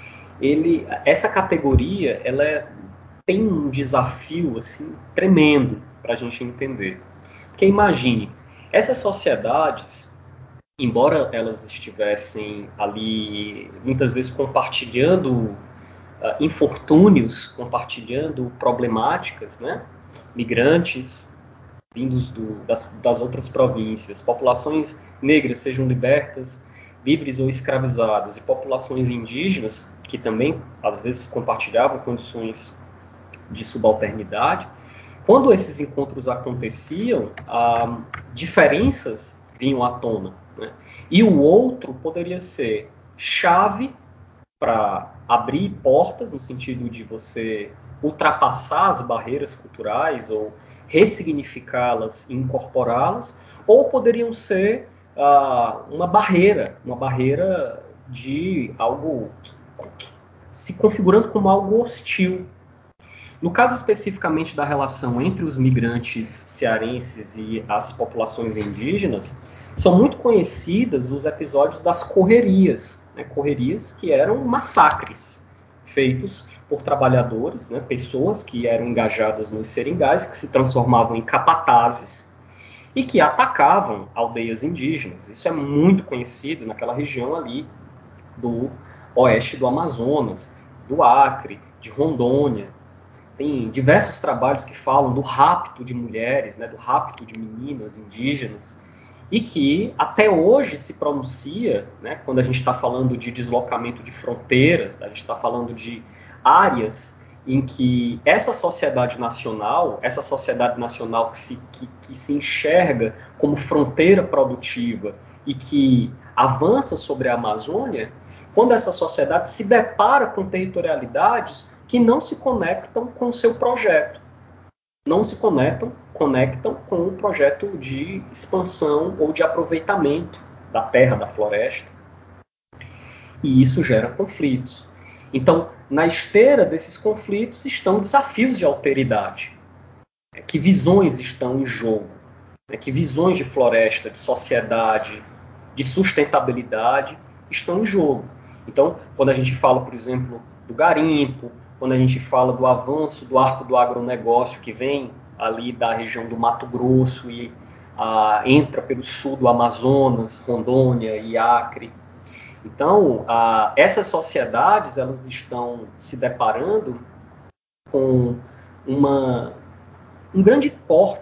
Speaker 4: essa categoria tem um desafio assim, tremendo para a gente entender. Porque imagine, essas sociedades, embora elas estivessem ali muitas vezes compartilhando infortúnios, compartilhando problemáticas, né? Migrantes vindos das outras províncias, populações negras sejam libertas, livres ou escravizadas, e populações indígenas, que também às vezes compartilhavam condições de subalternidade. Quando esses encontros aconteciam, diferenças vinham à tona, né? E o outro poderia ser chave para abrir portas, no sentido de você ultrapassar as barreiras culturais ou ressignificá-las e incorporá-las, ou poderiam ser uma barreira de algo se configurando como algo hostil. No caso especificamente da relação entre os migrantes cearenses e as populações indígenas, são muito conhecidas os episódios das correrias, né? Correrias que eram massacres feitos por trabalhadores, né? Pessoas que eram engajadas nos seringais, que se transformavam em capatazes e que atacavam aldeias indígenas. Isso é muito conhecido naquela região ali do oeste do Amazonas, do Acre, de Rondônia. Tem diversos trabalhos que falam do rapto de mulheres, né, do rapto de meninas indígenas, e que até hoje se pronuncia, né, quando a gente está falando de deslocamento de fronteiras, a gente está falando de áreas em que essa sociedade nacional que se enxerga como fronteira produtiva e que avança sobre a Amazônia, quando essa sociedade se depara com territorialidades que não se conectam com o seu projeto, não se conectam com o projeto de expansão ou de aproveitamento da terra, da floresta. E isso gera conflitos. Então, na esteira desses conflitos estão desafios de alteridade. Que visões estão em jogo? Que visões de floresta, de sociedade, de sustentabilidade estão em jogo? Então, quando a gente fala, por exemplo, do garimpo, quando a gente fala do avanço do arco do agronegócio, que vem ali da região do Mato Grosso e entra pelo sul do Amazonas, Rondônia e Acre. Então, essas sociedades elas estão se deparando com um grande corte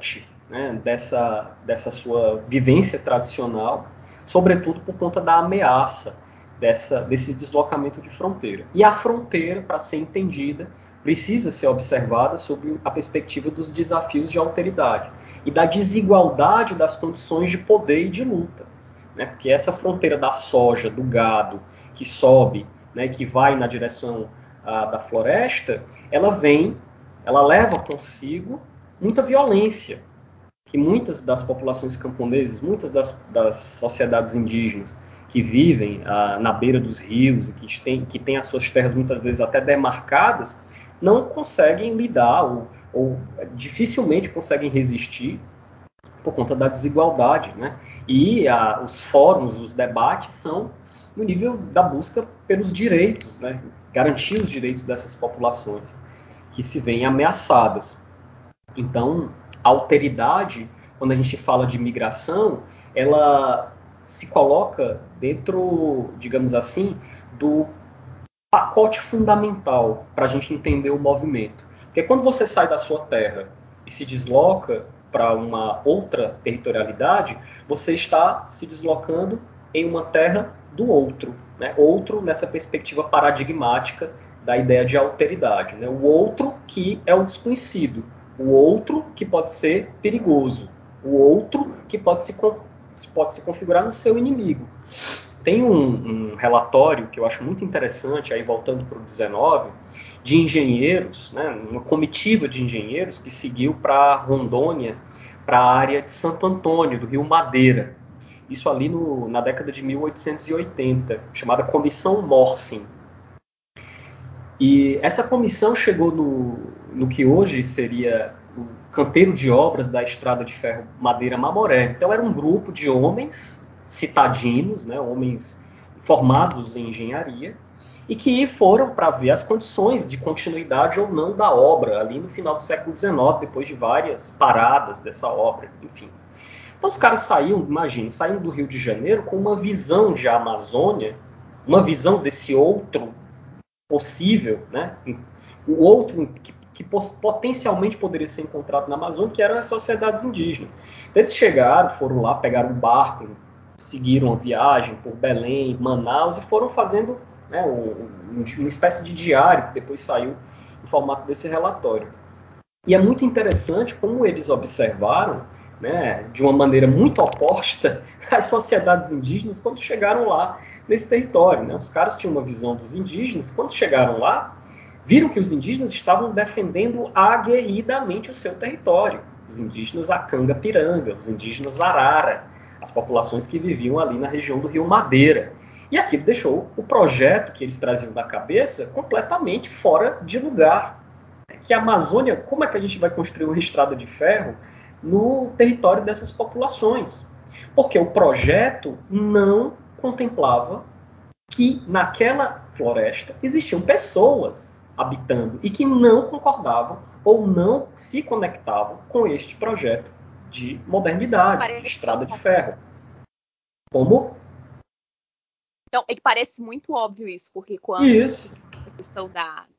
Speaker 4: né, dessa sua vivência tradicional, sobretudo por conta da ameaça desse deslocamento de fronteira. E a fronteira, para ser entendida, precisa ser observada sob a perspectiva dos desafios de alteridade e da desigualdade das condições de poder e de luta. Né? Porque essa fronteira da soja, do gado, que sobe, né, que vai na direção da floresta, ela leva consigo muita violência, que muitas das populações camponesas, muitas das sociedades indígenas que vivem na beira dos rios e que têm as suas terras muitas vezes até demarcadas, não conseguem lidar ou dificilmente conseguem resistir por conta da desigualdade, né? E os fóruns, os debates são no nível da busca pelos direitos, né? Garantir os direitos dessas populações que se veem ameaçadas. Então, a alteridade, quando a gente fala de migração, ela se coloca dentro, digamos assim, do pacote fundamental para a gente entender o movimento. Porque quando você sai da sua terra e se desloca para uma outra territorialidade, você está se deslocando em uma terra do outro. Né? Outro nessa perspectiva paradigmática da ideia de alteridade. Né? O outro que é o desconhecido. O outro que pode ser perigoso. O outro que pode se configurar no seu inimigo. Tem um relatório que eu acho muito interessante, aí voltando para o 19, de engenheiros, né, uma comitiva de engenheiros que seguiu para Rondônia, para a área de Santo Antônio, do Rio Madeira. Isso ali na década de 1880, chamada Comissão Morsin. E essa comissão chegou no que hoje seria o canteiro de obras da Estrada de Ferro Madeira-Mamoré. Então era um grupo de homens citadinos, né, homens formados em engenharia, e que foram para ver as condições de continuidade ou não da obra, ali no final do século XIX, depois de várias paradas dessa obra, enfim. Então os caras saíram do Rio de Janeiro com uma visão de Amazônia, uma visão desse outro possível, né? O outro que potencialmente poderia ser encontrado na Amazônia, que eram as sociedades indígenas. Então eles chegaram, foram lá, pegaram um barco, seguiram a viagem por Belém, Manaus e foram fazendo, né, uma espécie de diário que depois saiu em formato desse relatório. E é muito interessante como eles observaram, né, de uma maneira muito oposta, as sociedades indígenas quando chegaram lá nesse território. Né? Os caras tinham uma visão dos indígenas, quando chegaram lá, viram que os indígenas estavam defendendo aguerridamente o seu território. Os indígenas Acanga-Piranga, os indígenas Arara, as populações que viviam ali na região do Rio Madeira. E aquilo deixou o projeto que eles traziam da cabeça completamente fora de lugar. Que a Amazônia, como é que a gente vai construir uma estrada de ferro no território dessas populações? Porque o projeto não contemplava que naquela floresta existiam pessoas habitando e que não concordavam ou não se conectavam com este projeto de modernidade, de estrada de ferro. Como?
Speaker 3: Então, é que parece muito óbvio isso, porque quando a questão da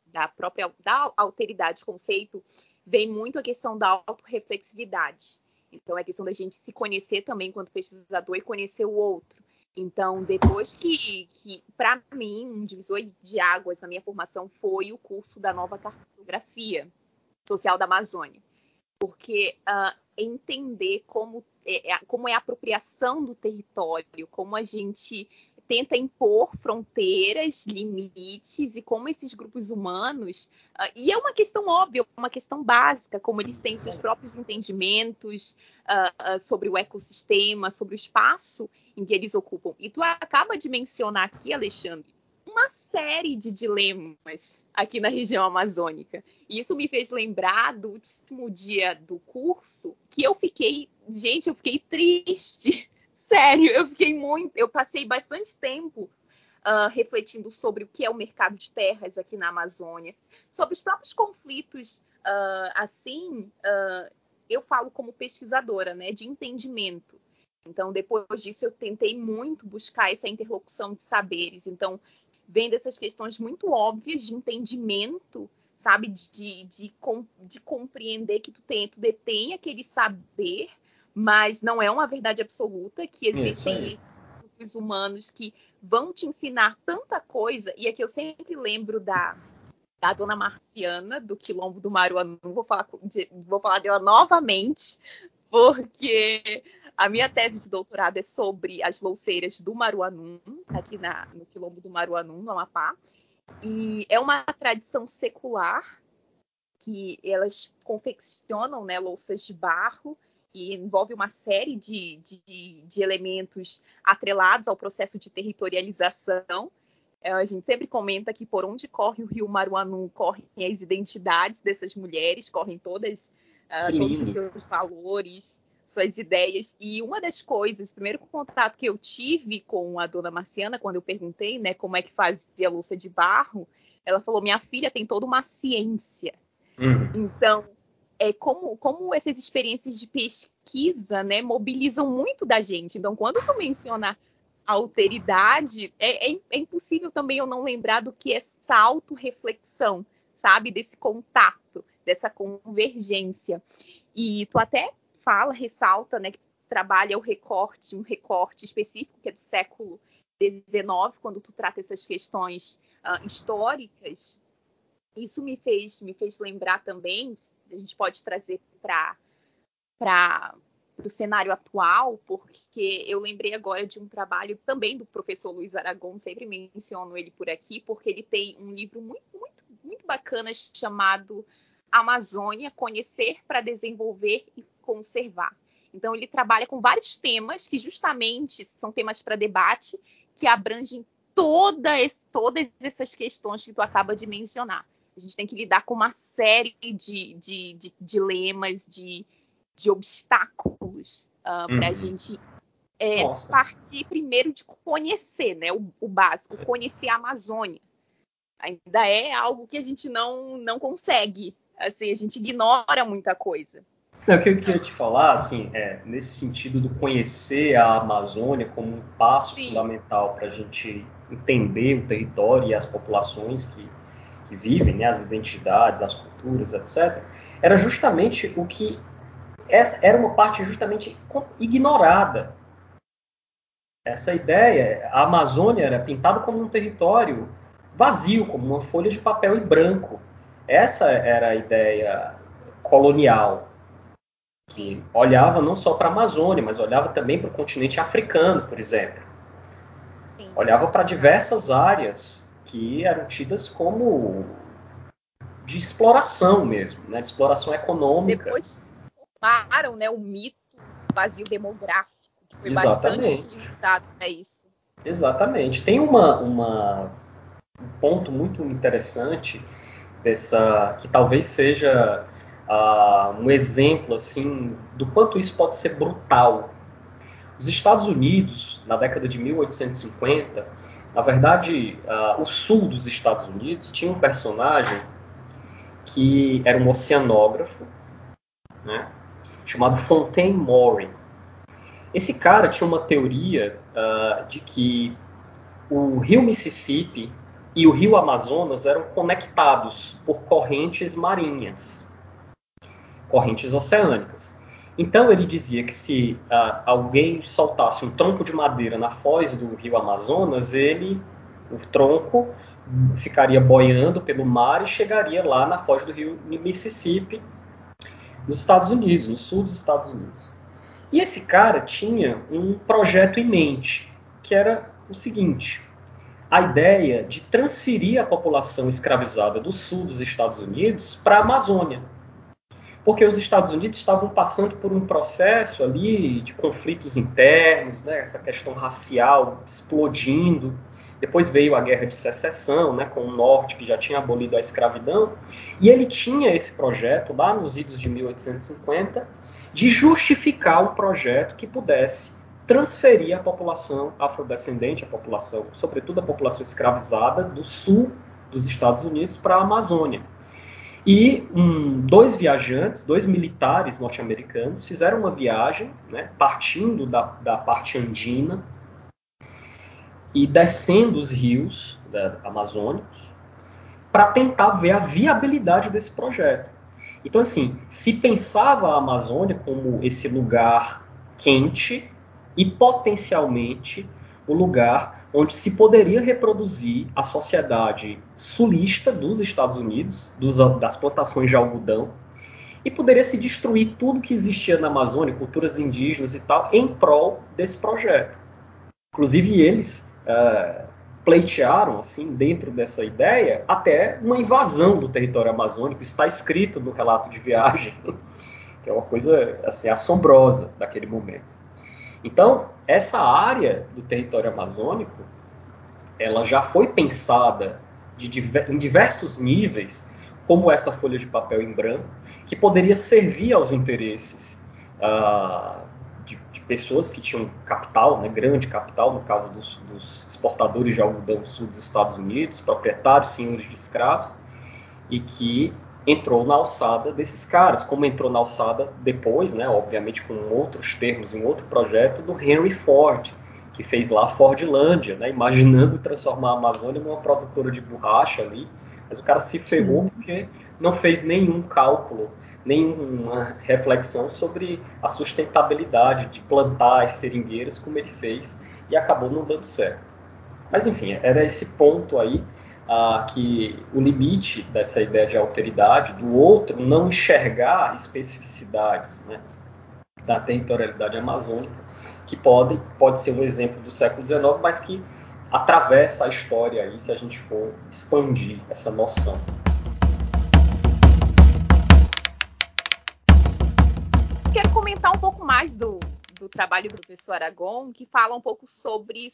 Speaker 3: alteridade, conceito, vem muito a questão da autorreflexividade. Então, é a questão da gente se conhecer também enquanto pesquisador e conhecer o outro. Então, depois que para mim, um divisor de águas na minha formação foi o curso da nova cartografia social da Amazônia. Porque entender como é a apropriação do território, como a gente tenta impor fronteiras, limites, e como esses grupos humanos, e é uma questão óbvia, uma questão básica, como eles têm seus próprios entendimentos sobre o ecossistema, sobre o espaço em que eles ocupam. E tu acaba de mencionar aqui, Alexandre, uma série de dilemas aqui na região amazônica. E isso me fez lembrar do último dia do curso, que eu fiquei triste. Sério, eu passei bastante tempo refletindo sobre o que é o mercado de terras aqui na Amazônia, sobre os próprios conflitos, eu falo como pesquisadora, né, de entendimento. Então, depois disso, eu tentei muito buscar essa interlocução de saberes. Então, vendo essas questões muito óbvias de entendimento, sabe? De compreender que tu detém aquele saber, mas não é uma verdade absoluta, que existem esses grupos humanos que vão te ensinar tanta coisa. E aqui eu sempre lembro da Dona Marciana, do Quilombo do Maruanu. Vou falar dela novamente, porque a minha tese de doutorado é sobre as louceiras do Maruanu, aqui no Quilombo do Maruanu, no Amapá. E é uma tradição secular que elas confeccionam, né, louças de barro, e envolve uma série de elementos atrelados ao processo de territorialização. A gente sempre comenta que por onde corre o rio Maruanu, correm as identidades dessas mulheres, correm todos os seus valores, suas ideias. E uma das coisas, o primeiro contato que eu tive com a Dona Marciana, quando eu perguntei, né, como é que fazia a louça de barro, ela falou: minha filha tem toda uma ciência. Então, como essas experiências de pesquisa, né, mobilizam muito da gente. Então, quando tu menciona a alteridade, é impossível também eu não lembrar do que é essa autorreflexão, sabe? Desse contato, dessa convergência. E tu até ressalta, né, que tu trabalha um recorte específico, que é do século XIX, quando tu trata essas questões históricas. Isso me fez lembrar também, a gente pode trazer para o cenário atual, porque eu lembrei agora de um trabalho também do professor Luiz Aragão, sempre menciono ele por aqui, porque ele tem um livro muito, muito, muito bacana chamado Amazônia, Conhecer para Desenvolver e Conservar. Então, ele trabalha com vários temas que justamente são temas para debate, que abrangem todas essas questões que tu acaba de mencionar. A gente tem que lidar com uma série de dilemas, de obstáculos para a gente partir primeiro de conhecer, né, o básico, conhecer a Amazônia. Ainda é algo que a gente não consegue, assim, a gente ignora muita coisa.
Speaker 4: O que eu queria te falar, assim, nesse sentido do conhecer a Amazônia como um passo fundamental para a gente entender o território e as populações que vivem, né, as identidades, as culturas, etc., era justamente o que era uma parte justamente ignorada. Essa ideia, a Amazônia era pintada como um território vazio, como uma folha de papel em branco. Essa era a ideia colonial, que olhava não só para a Amazônia, mas olhava também para o continente africano, por exemplo. Olhava para diversas áreas que eram tidas como de exploração mesmo, né, de exploração econômica.
Speaker 3: Depois tomaram, né, o mito do vazio demográfico, que foi bastante utilizado para isso.
Speaker 4: Exatamente. Tem um ponto muito interessante que talvez seja um exemplo assim do quanto isso pode ser brutal. Os Estados Unidos, na década de 1850, na verdade, o sul dos Estados Unidos tinha um personagem que era um oceanógrafo, né, chamado Fontaine Maury. Esse cara tinha uma teoria de que o rio Mississippi e o rio Amazonas eram conectados por correntes marinhas, correntes oceânicas. Então ele dizia que se alguém soltasse um tronco de madeira na foz do rio Amazonas, o tronco ficaria boiando pelo mar e chegaria lá na foz do rio Mississippi, nos Estados Unidos, no sul dos Estados Unidos. E esse cara tinha um projeto em mente, que era o seguinte: a ideia de transferir a população escravizada do sul dos Estados Unidos para a Amazônia. Porque os Estados Unidos estavam passando por um processo ali de conflitos internos, né, essa questão racial explodindo. Depois veio a Guerra de Secessão, né, com o Norte, que já tinha abolido a escravidão. E ele tinha esse projeto, lá nos idos de 1850, de justificar um projeto que pudesse transferir a população afrodescendente, a população, sobretudo a população escravizada do sul dos Estados Unidos, para a Amazônia. E dois viajantes, dois militares norte-americanos, fizeram uma viagem, né, partindo da parte andina e descendo os rios amazônicos, para tentar ver a viabilidade desse projeto. Então, assim, se pensava a Amazônia como esse lugar quente e potencialmente o lugar onde se poderia reproduzir a sociedade sulista dos Estados Unidos, das plantações de algodão, e poderia se destruir tudo que existia na Amazônia, culturas indígenas e tal, em prol desse projeto. Inclusive, eles pleitearam, assim, dentro dessa ideia, até uma invasão do território amazônico. Isso está escrito no relato de viagem, que é uma coisa assim, assombrosa daquele momento. Então, essa área do território amazônico, ela já foi pensada em diversos níveis, como essa folha de papel em branco, que poderia servir aos interesses de pessoas que tinham capital, né, grande capital, no caso dos exportadores de algodão do sul dos Estados Unidos, proprietários, senhores de escravos, e que entrou na alçada desses caras, como entrou na alçada depois, né, obviamente com outros termos, em outro projeto, do Henry Ford, que fez lá a Fordlândia, né, imaginando transformar a Amazônia numa produtora de borracha ali, mas o cara se ferrou porque não fez nenhum cálculo, nenhuma reflexão sobre a sustentabilidade de plantar as seringueiras como ele fez, e acabou não dando certo. Mas enfim, era esse ponto aí, que o limite dessa ideia de alteridade, do outro não enxergar especificidades, né, da territorialidade amazônica, que pode ser um exemplo do século XIX, mas que atravessa a história aí, se a gente for expandir essa noção.
Speaker 3: Quero comentar um pouco mais do trabalho do professor Aragon, que fala um pouco sobre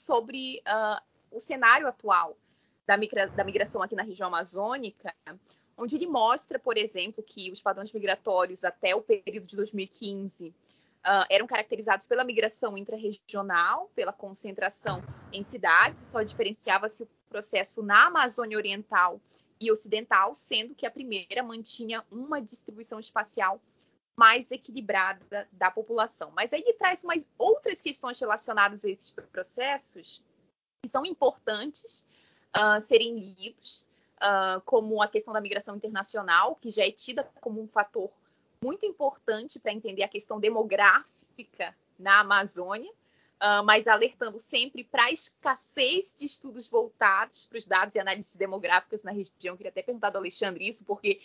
Speaker 3: o cenário atual da migração aqui na região amazônica, onde ele mostra, por exemplo, que os padrões migratórios até o período de 2015 eram caracterizados pela migração intrarregional, pela concentração em cidades, só diferenciava-se o processo na Amazônia Oriental e Ocidental, sendo que a primeira mantinha uma distribuição espacial mais equilibrada da população. Mas aí ele traz mais outras questões relacionadas a esses processos que são importantes serem lidos, como a questão da migração internacional, que já é tida como um fator muito importante para entender a questão demográfica na Amazônia, mas alertando sempre para a escassez de estudos voltados para os dados e análises demográficas na região. Eu queria até perguntar do Alexandre isso, porque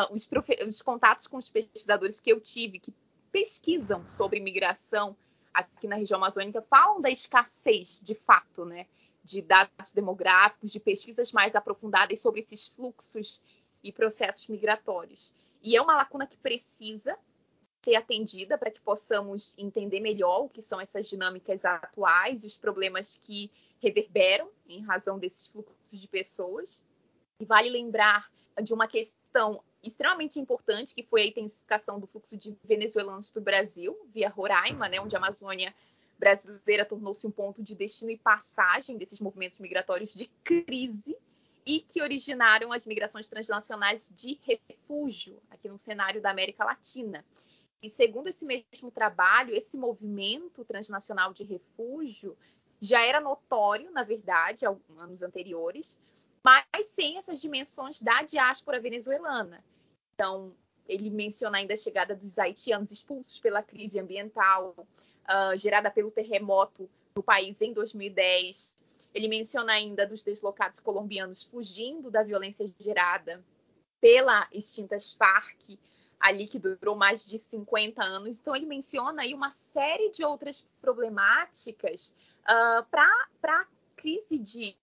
Speaker 3: os contatos com os pesquisadores que eu tive, que pesquisam sobre migração aqui na região amazônica, falam da escassez, de fato, né, de dados demográficos, de pesquisas mais aprofundadas sobre esses fluxos e processos migratórios. E é uma lacuna que precisa ser atendida para que possamos entender melhor o que são essas dinâmicas atuais e os problemas que reverberam em razão desses fluxos de pessoas. E vale lembrar de uma questão extremamente importante, que foi a intensificação do fluxo de venezuelanos para o Brasil, via Roraima, né, onde a Amazônia brasileira tornou-se um ponto de destino e passagem desses movimentos migratórios de crise e que originaram as migrações transnacionais de refúgio aqui no cenário da América Latina. E segundo esse mesmo trabalho, esse movimento transnacional de refúgio já era notório, na verdade, há anos anteriores, mas sem essas dimensões da diáspora venezuelana. Então, ele menciona ainda a chegada dos haitianos expulsos pela crise ambiental gerada pelo terremoto no país em 2010. Ele menciona ainda dos deslocados colombianos fugindo da violência gerada pela extintas Farc, ali que durou mais de 50 anos. Então, ele menciona aí uma série de outras problemáticas para a crise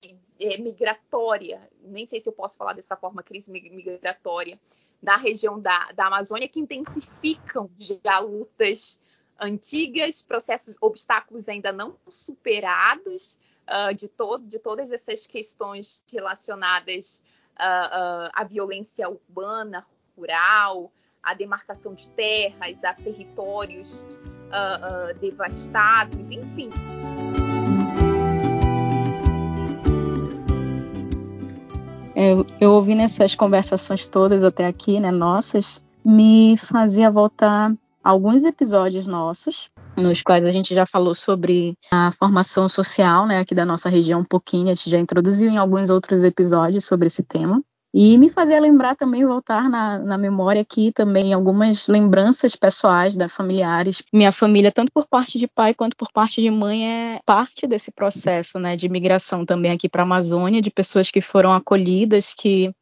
Speaker 3: migratória, nem sei se eu posso falar dessa forma, crise migratória, da região da Amazônia, que intensificam já lutas antigas, obstáculos ainda não superados, de todas essas questões relacionadas à violência urbana, rural, à demarcação de terras, a territórios devastados, enfim.
Speaker 2: Eu ouvi nessas conversações todas até aqui, né, nossas, me fazia voltar alguns episódios nossos, nos quais a gente já falou sobre a formação social, né, aqui da nossa região um pouquinho, a gente já introduziu em alguns outros episódios sobre esse tema. E me fazia lembrar também, voltar na memória aqui também, algumas lembranças pessoais, familiares. Minha família, tanto por parte de pai quanto por parte de mãe, é parte desse processo, né, de migração também aqui para a Amazônia, de pessoas que foram acolhidas, que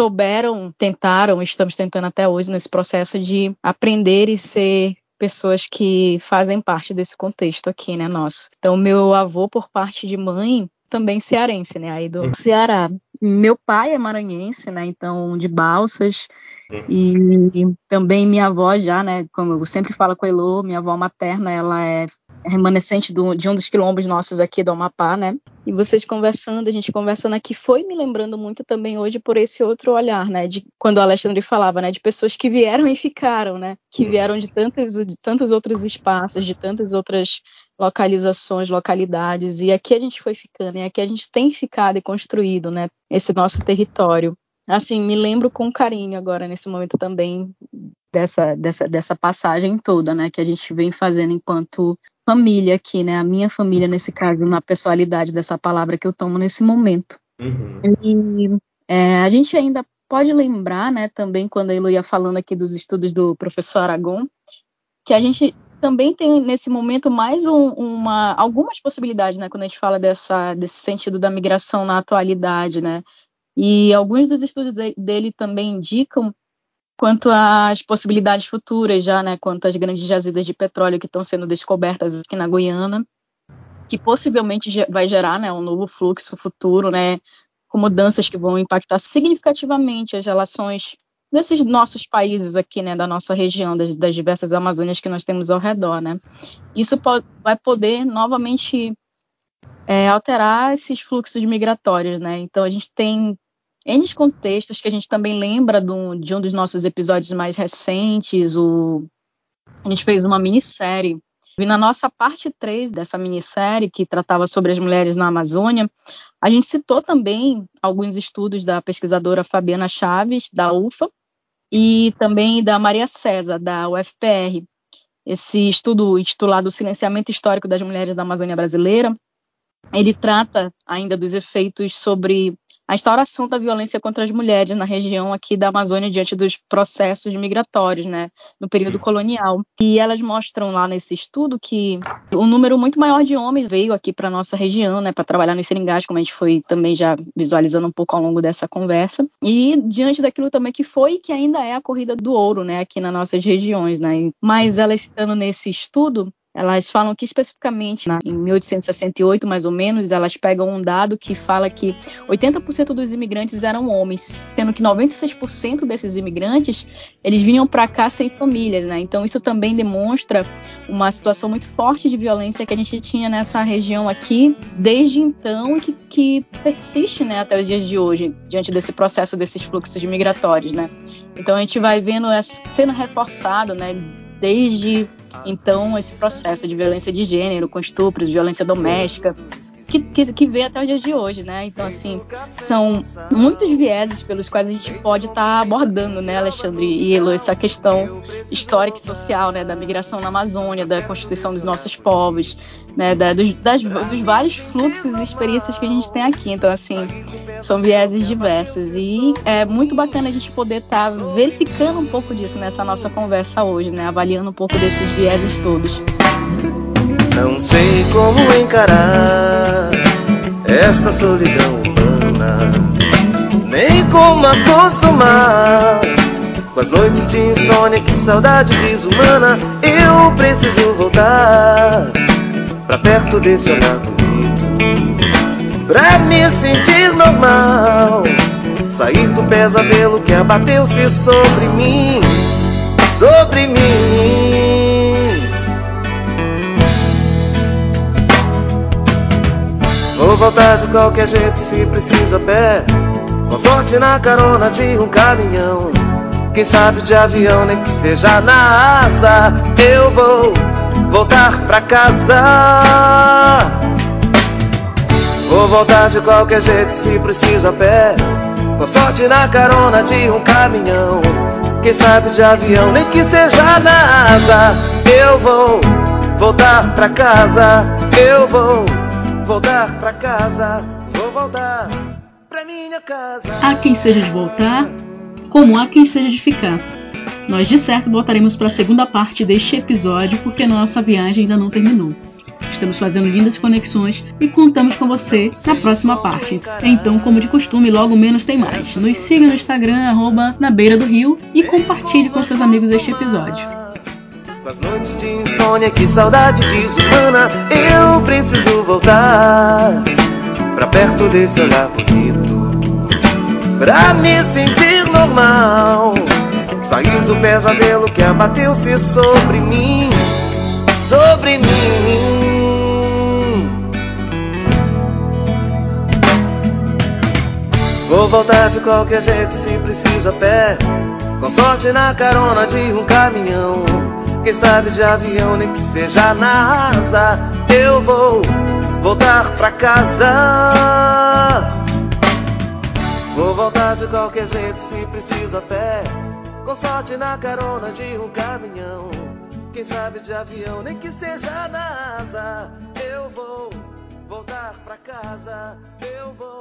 Speaker 2: tentaram, estamos tentando até hoje nesse processo de aprender e ser pessoas que fazem parte desse contexto aqui, né, nosso. Então, meu avô, por parte de mãe, também cearense, né, aí do Ceará. Meu pai é maranhense, né, então de Balsas, e também minha avó já, né, como eu sempre falo com a Elô, minha avó materna, ela é remanescente de um dos quilombos nossos aqui do Amapá, né, e vocês conversando, a gente conversando aqui, foi me lembrando muito também hoje por esse outro olhar, né, de quando o Alexandre falava, né, de pessoas que vieram e ficaram, né, que vieram de tantos outros espaços, de tantas outras localizações, localidades, e aqui a gente foi ficando, e aqui a gente tem ficado e construído, né, esse nosso território. Assim, me lembro com carinho agora, nesse momento também, dessa passagem toda, né, que a gente vem fazendo enquanto família aqui, né, a minha família, nesse caso, na pessoalidade dessa palavra que eu tomo nesse momento. E a gente ainda pode lembrar, né, também, quando a Elo ia falando aqui dos estudos do professor Aragon, que a gente também tem, nesse momento, mais algumas possibilidades, né, quando a gente fala desse sentido da migração na atualidade, né, e alguns dos estudos dele também indicam quanto às possibilidades futuras já, né, quanto às grandes jazidas de petróleo que estão sendo descobertas aqui na Guiana, que possivelmente vai gerar, né, um novo fluxo futuro, né, com mudanças que vão impactar significativamente as relações desses nossos países aqui, né, da nossa região, das diversas Amazônias que nós temos ao redor, né. Isso vai poder novamente alterar esses fluxos migratórios, né. Então a gente tem N contextos que a gente também lembra de um dos nossos episódios mais recentes. A gente fez uma minissérie, e na nossa parte 3 dessa minissérie, que tratava sobre as mulheres na Amazônia, a gente citou também alguns estudos da pesquisadora Fabiana Chaves, da UFA, e também da Maria César, da UFPR. Esse estudo, intitulado O Silenciamento Histórico das Mulheres da Amazônia Brasileira, ele trata ainda dos efeitos sobre a instauração da violência contra as mulheres na região aqui da Amazônia diante dos processos migratórios, né, no período colonial. E elas mostram lá nesse estudo que um número muito maior de homens veio aqui para a nossa região, né, para trabalhar nos seringás, como a gente foi também já visualizando um pouco ao longo dessa conversa. E diante daquilo também que foi e que ainda é a corrida do ouro, né, aqui nas nossas regiões, né. Mas elas, estando nesse estudo, elas falam que especificamente em 1868, mais ou menos, elas pegam um dado que fala que 80% dos imigrantes eram homens, sendo que 96% desses imigrantes, eles vinham para cá sem famílias, né? Então isso também demonstra uma situação muito forte de violência que a gente tinha nessa região aqui desde então, que persiste, né, até os dias de hoje, diante desse processo desses fluxos migratórios, né? Então a gente vai vendo sendo reforçado, né, desde então esse processo de violência de gênero, com estupros, violência doméstica, que vem até os dias de hoje, né? Então, assim, são muitos vieses pelos quais a gente pode estar abordando, né, Alexandre e Elo, essa questão histórica e social, né, da migração na Amazônia, da constituição dos nossos povos, né, dos vários fluxos e experiências que a gente tem aqui. Então, assim, são vieses diversos e é muito bacana a gente poder estar verificando um pouco disso nessa nossa conversa hoje, né, avaliando um pouco desses vieses todos.
Speaker 7: Não sei como encarar esta solidão urbana, nem como acostumar com as noites de insônia, que saudade desumana. Eu preciso voltar pra perto desse olhar bonito, pra me sentir normal, sair do pesadelo que abateu-se sobre mim, sobre mim. Vou voltar de qualquer jeito, se preciso a pé, com sorte na carona de um caminhão, quem sabe de avião, nem que seja na asa. Eu vou voltar pra casa. Vou voltar de qualquer jeito, se preciso a pé, com sorte na carona de um caminhão, quem sabe de avião, nem que seja na asa. Eu vou voltar pra casa. Eu vou voltar pra casa, vou voltar pra minha casa.
Speaker 8: Há quem seja de voltar, como há quem seja de ficar. Nós de certo voltaremos para a segunda parte deste episódio porque nossa viagem ainda não terminou. Estamos fazendo lindas conexões e contamos com você na próxima parte. Então, como de costume, logo menos tem mais. Nos siga no Instagram, @nabeiradorio, e compartilhe com seus amigos este episódio.
Speaker 7: Com as noites de insônia, que saudade desumana. Eu preciso voltar pra perto desse olhar bonito, pra me sentir normal, sair do pesadelo que abateu-se sobre mim, sobre mim. Vou voltar de qualquer jeito, se preciso a pé, com sorte na carona de um caminhão. Quem sabe de avião, nem que seja na asa. Eu vou voltar pra casa. Vou voltar de qualquer jeito, se preciso a pé, com sorte na carona de um caminhão. Quem sabe de avião, nem que seja na asa. Eu vou voltar pra casa. Eu vou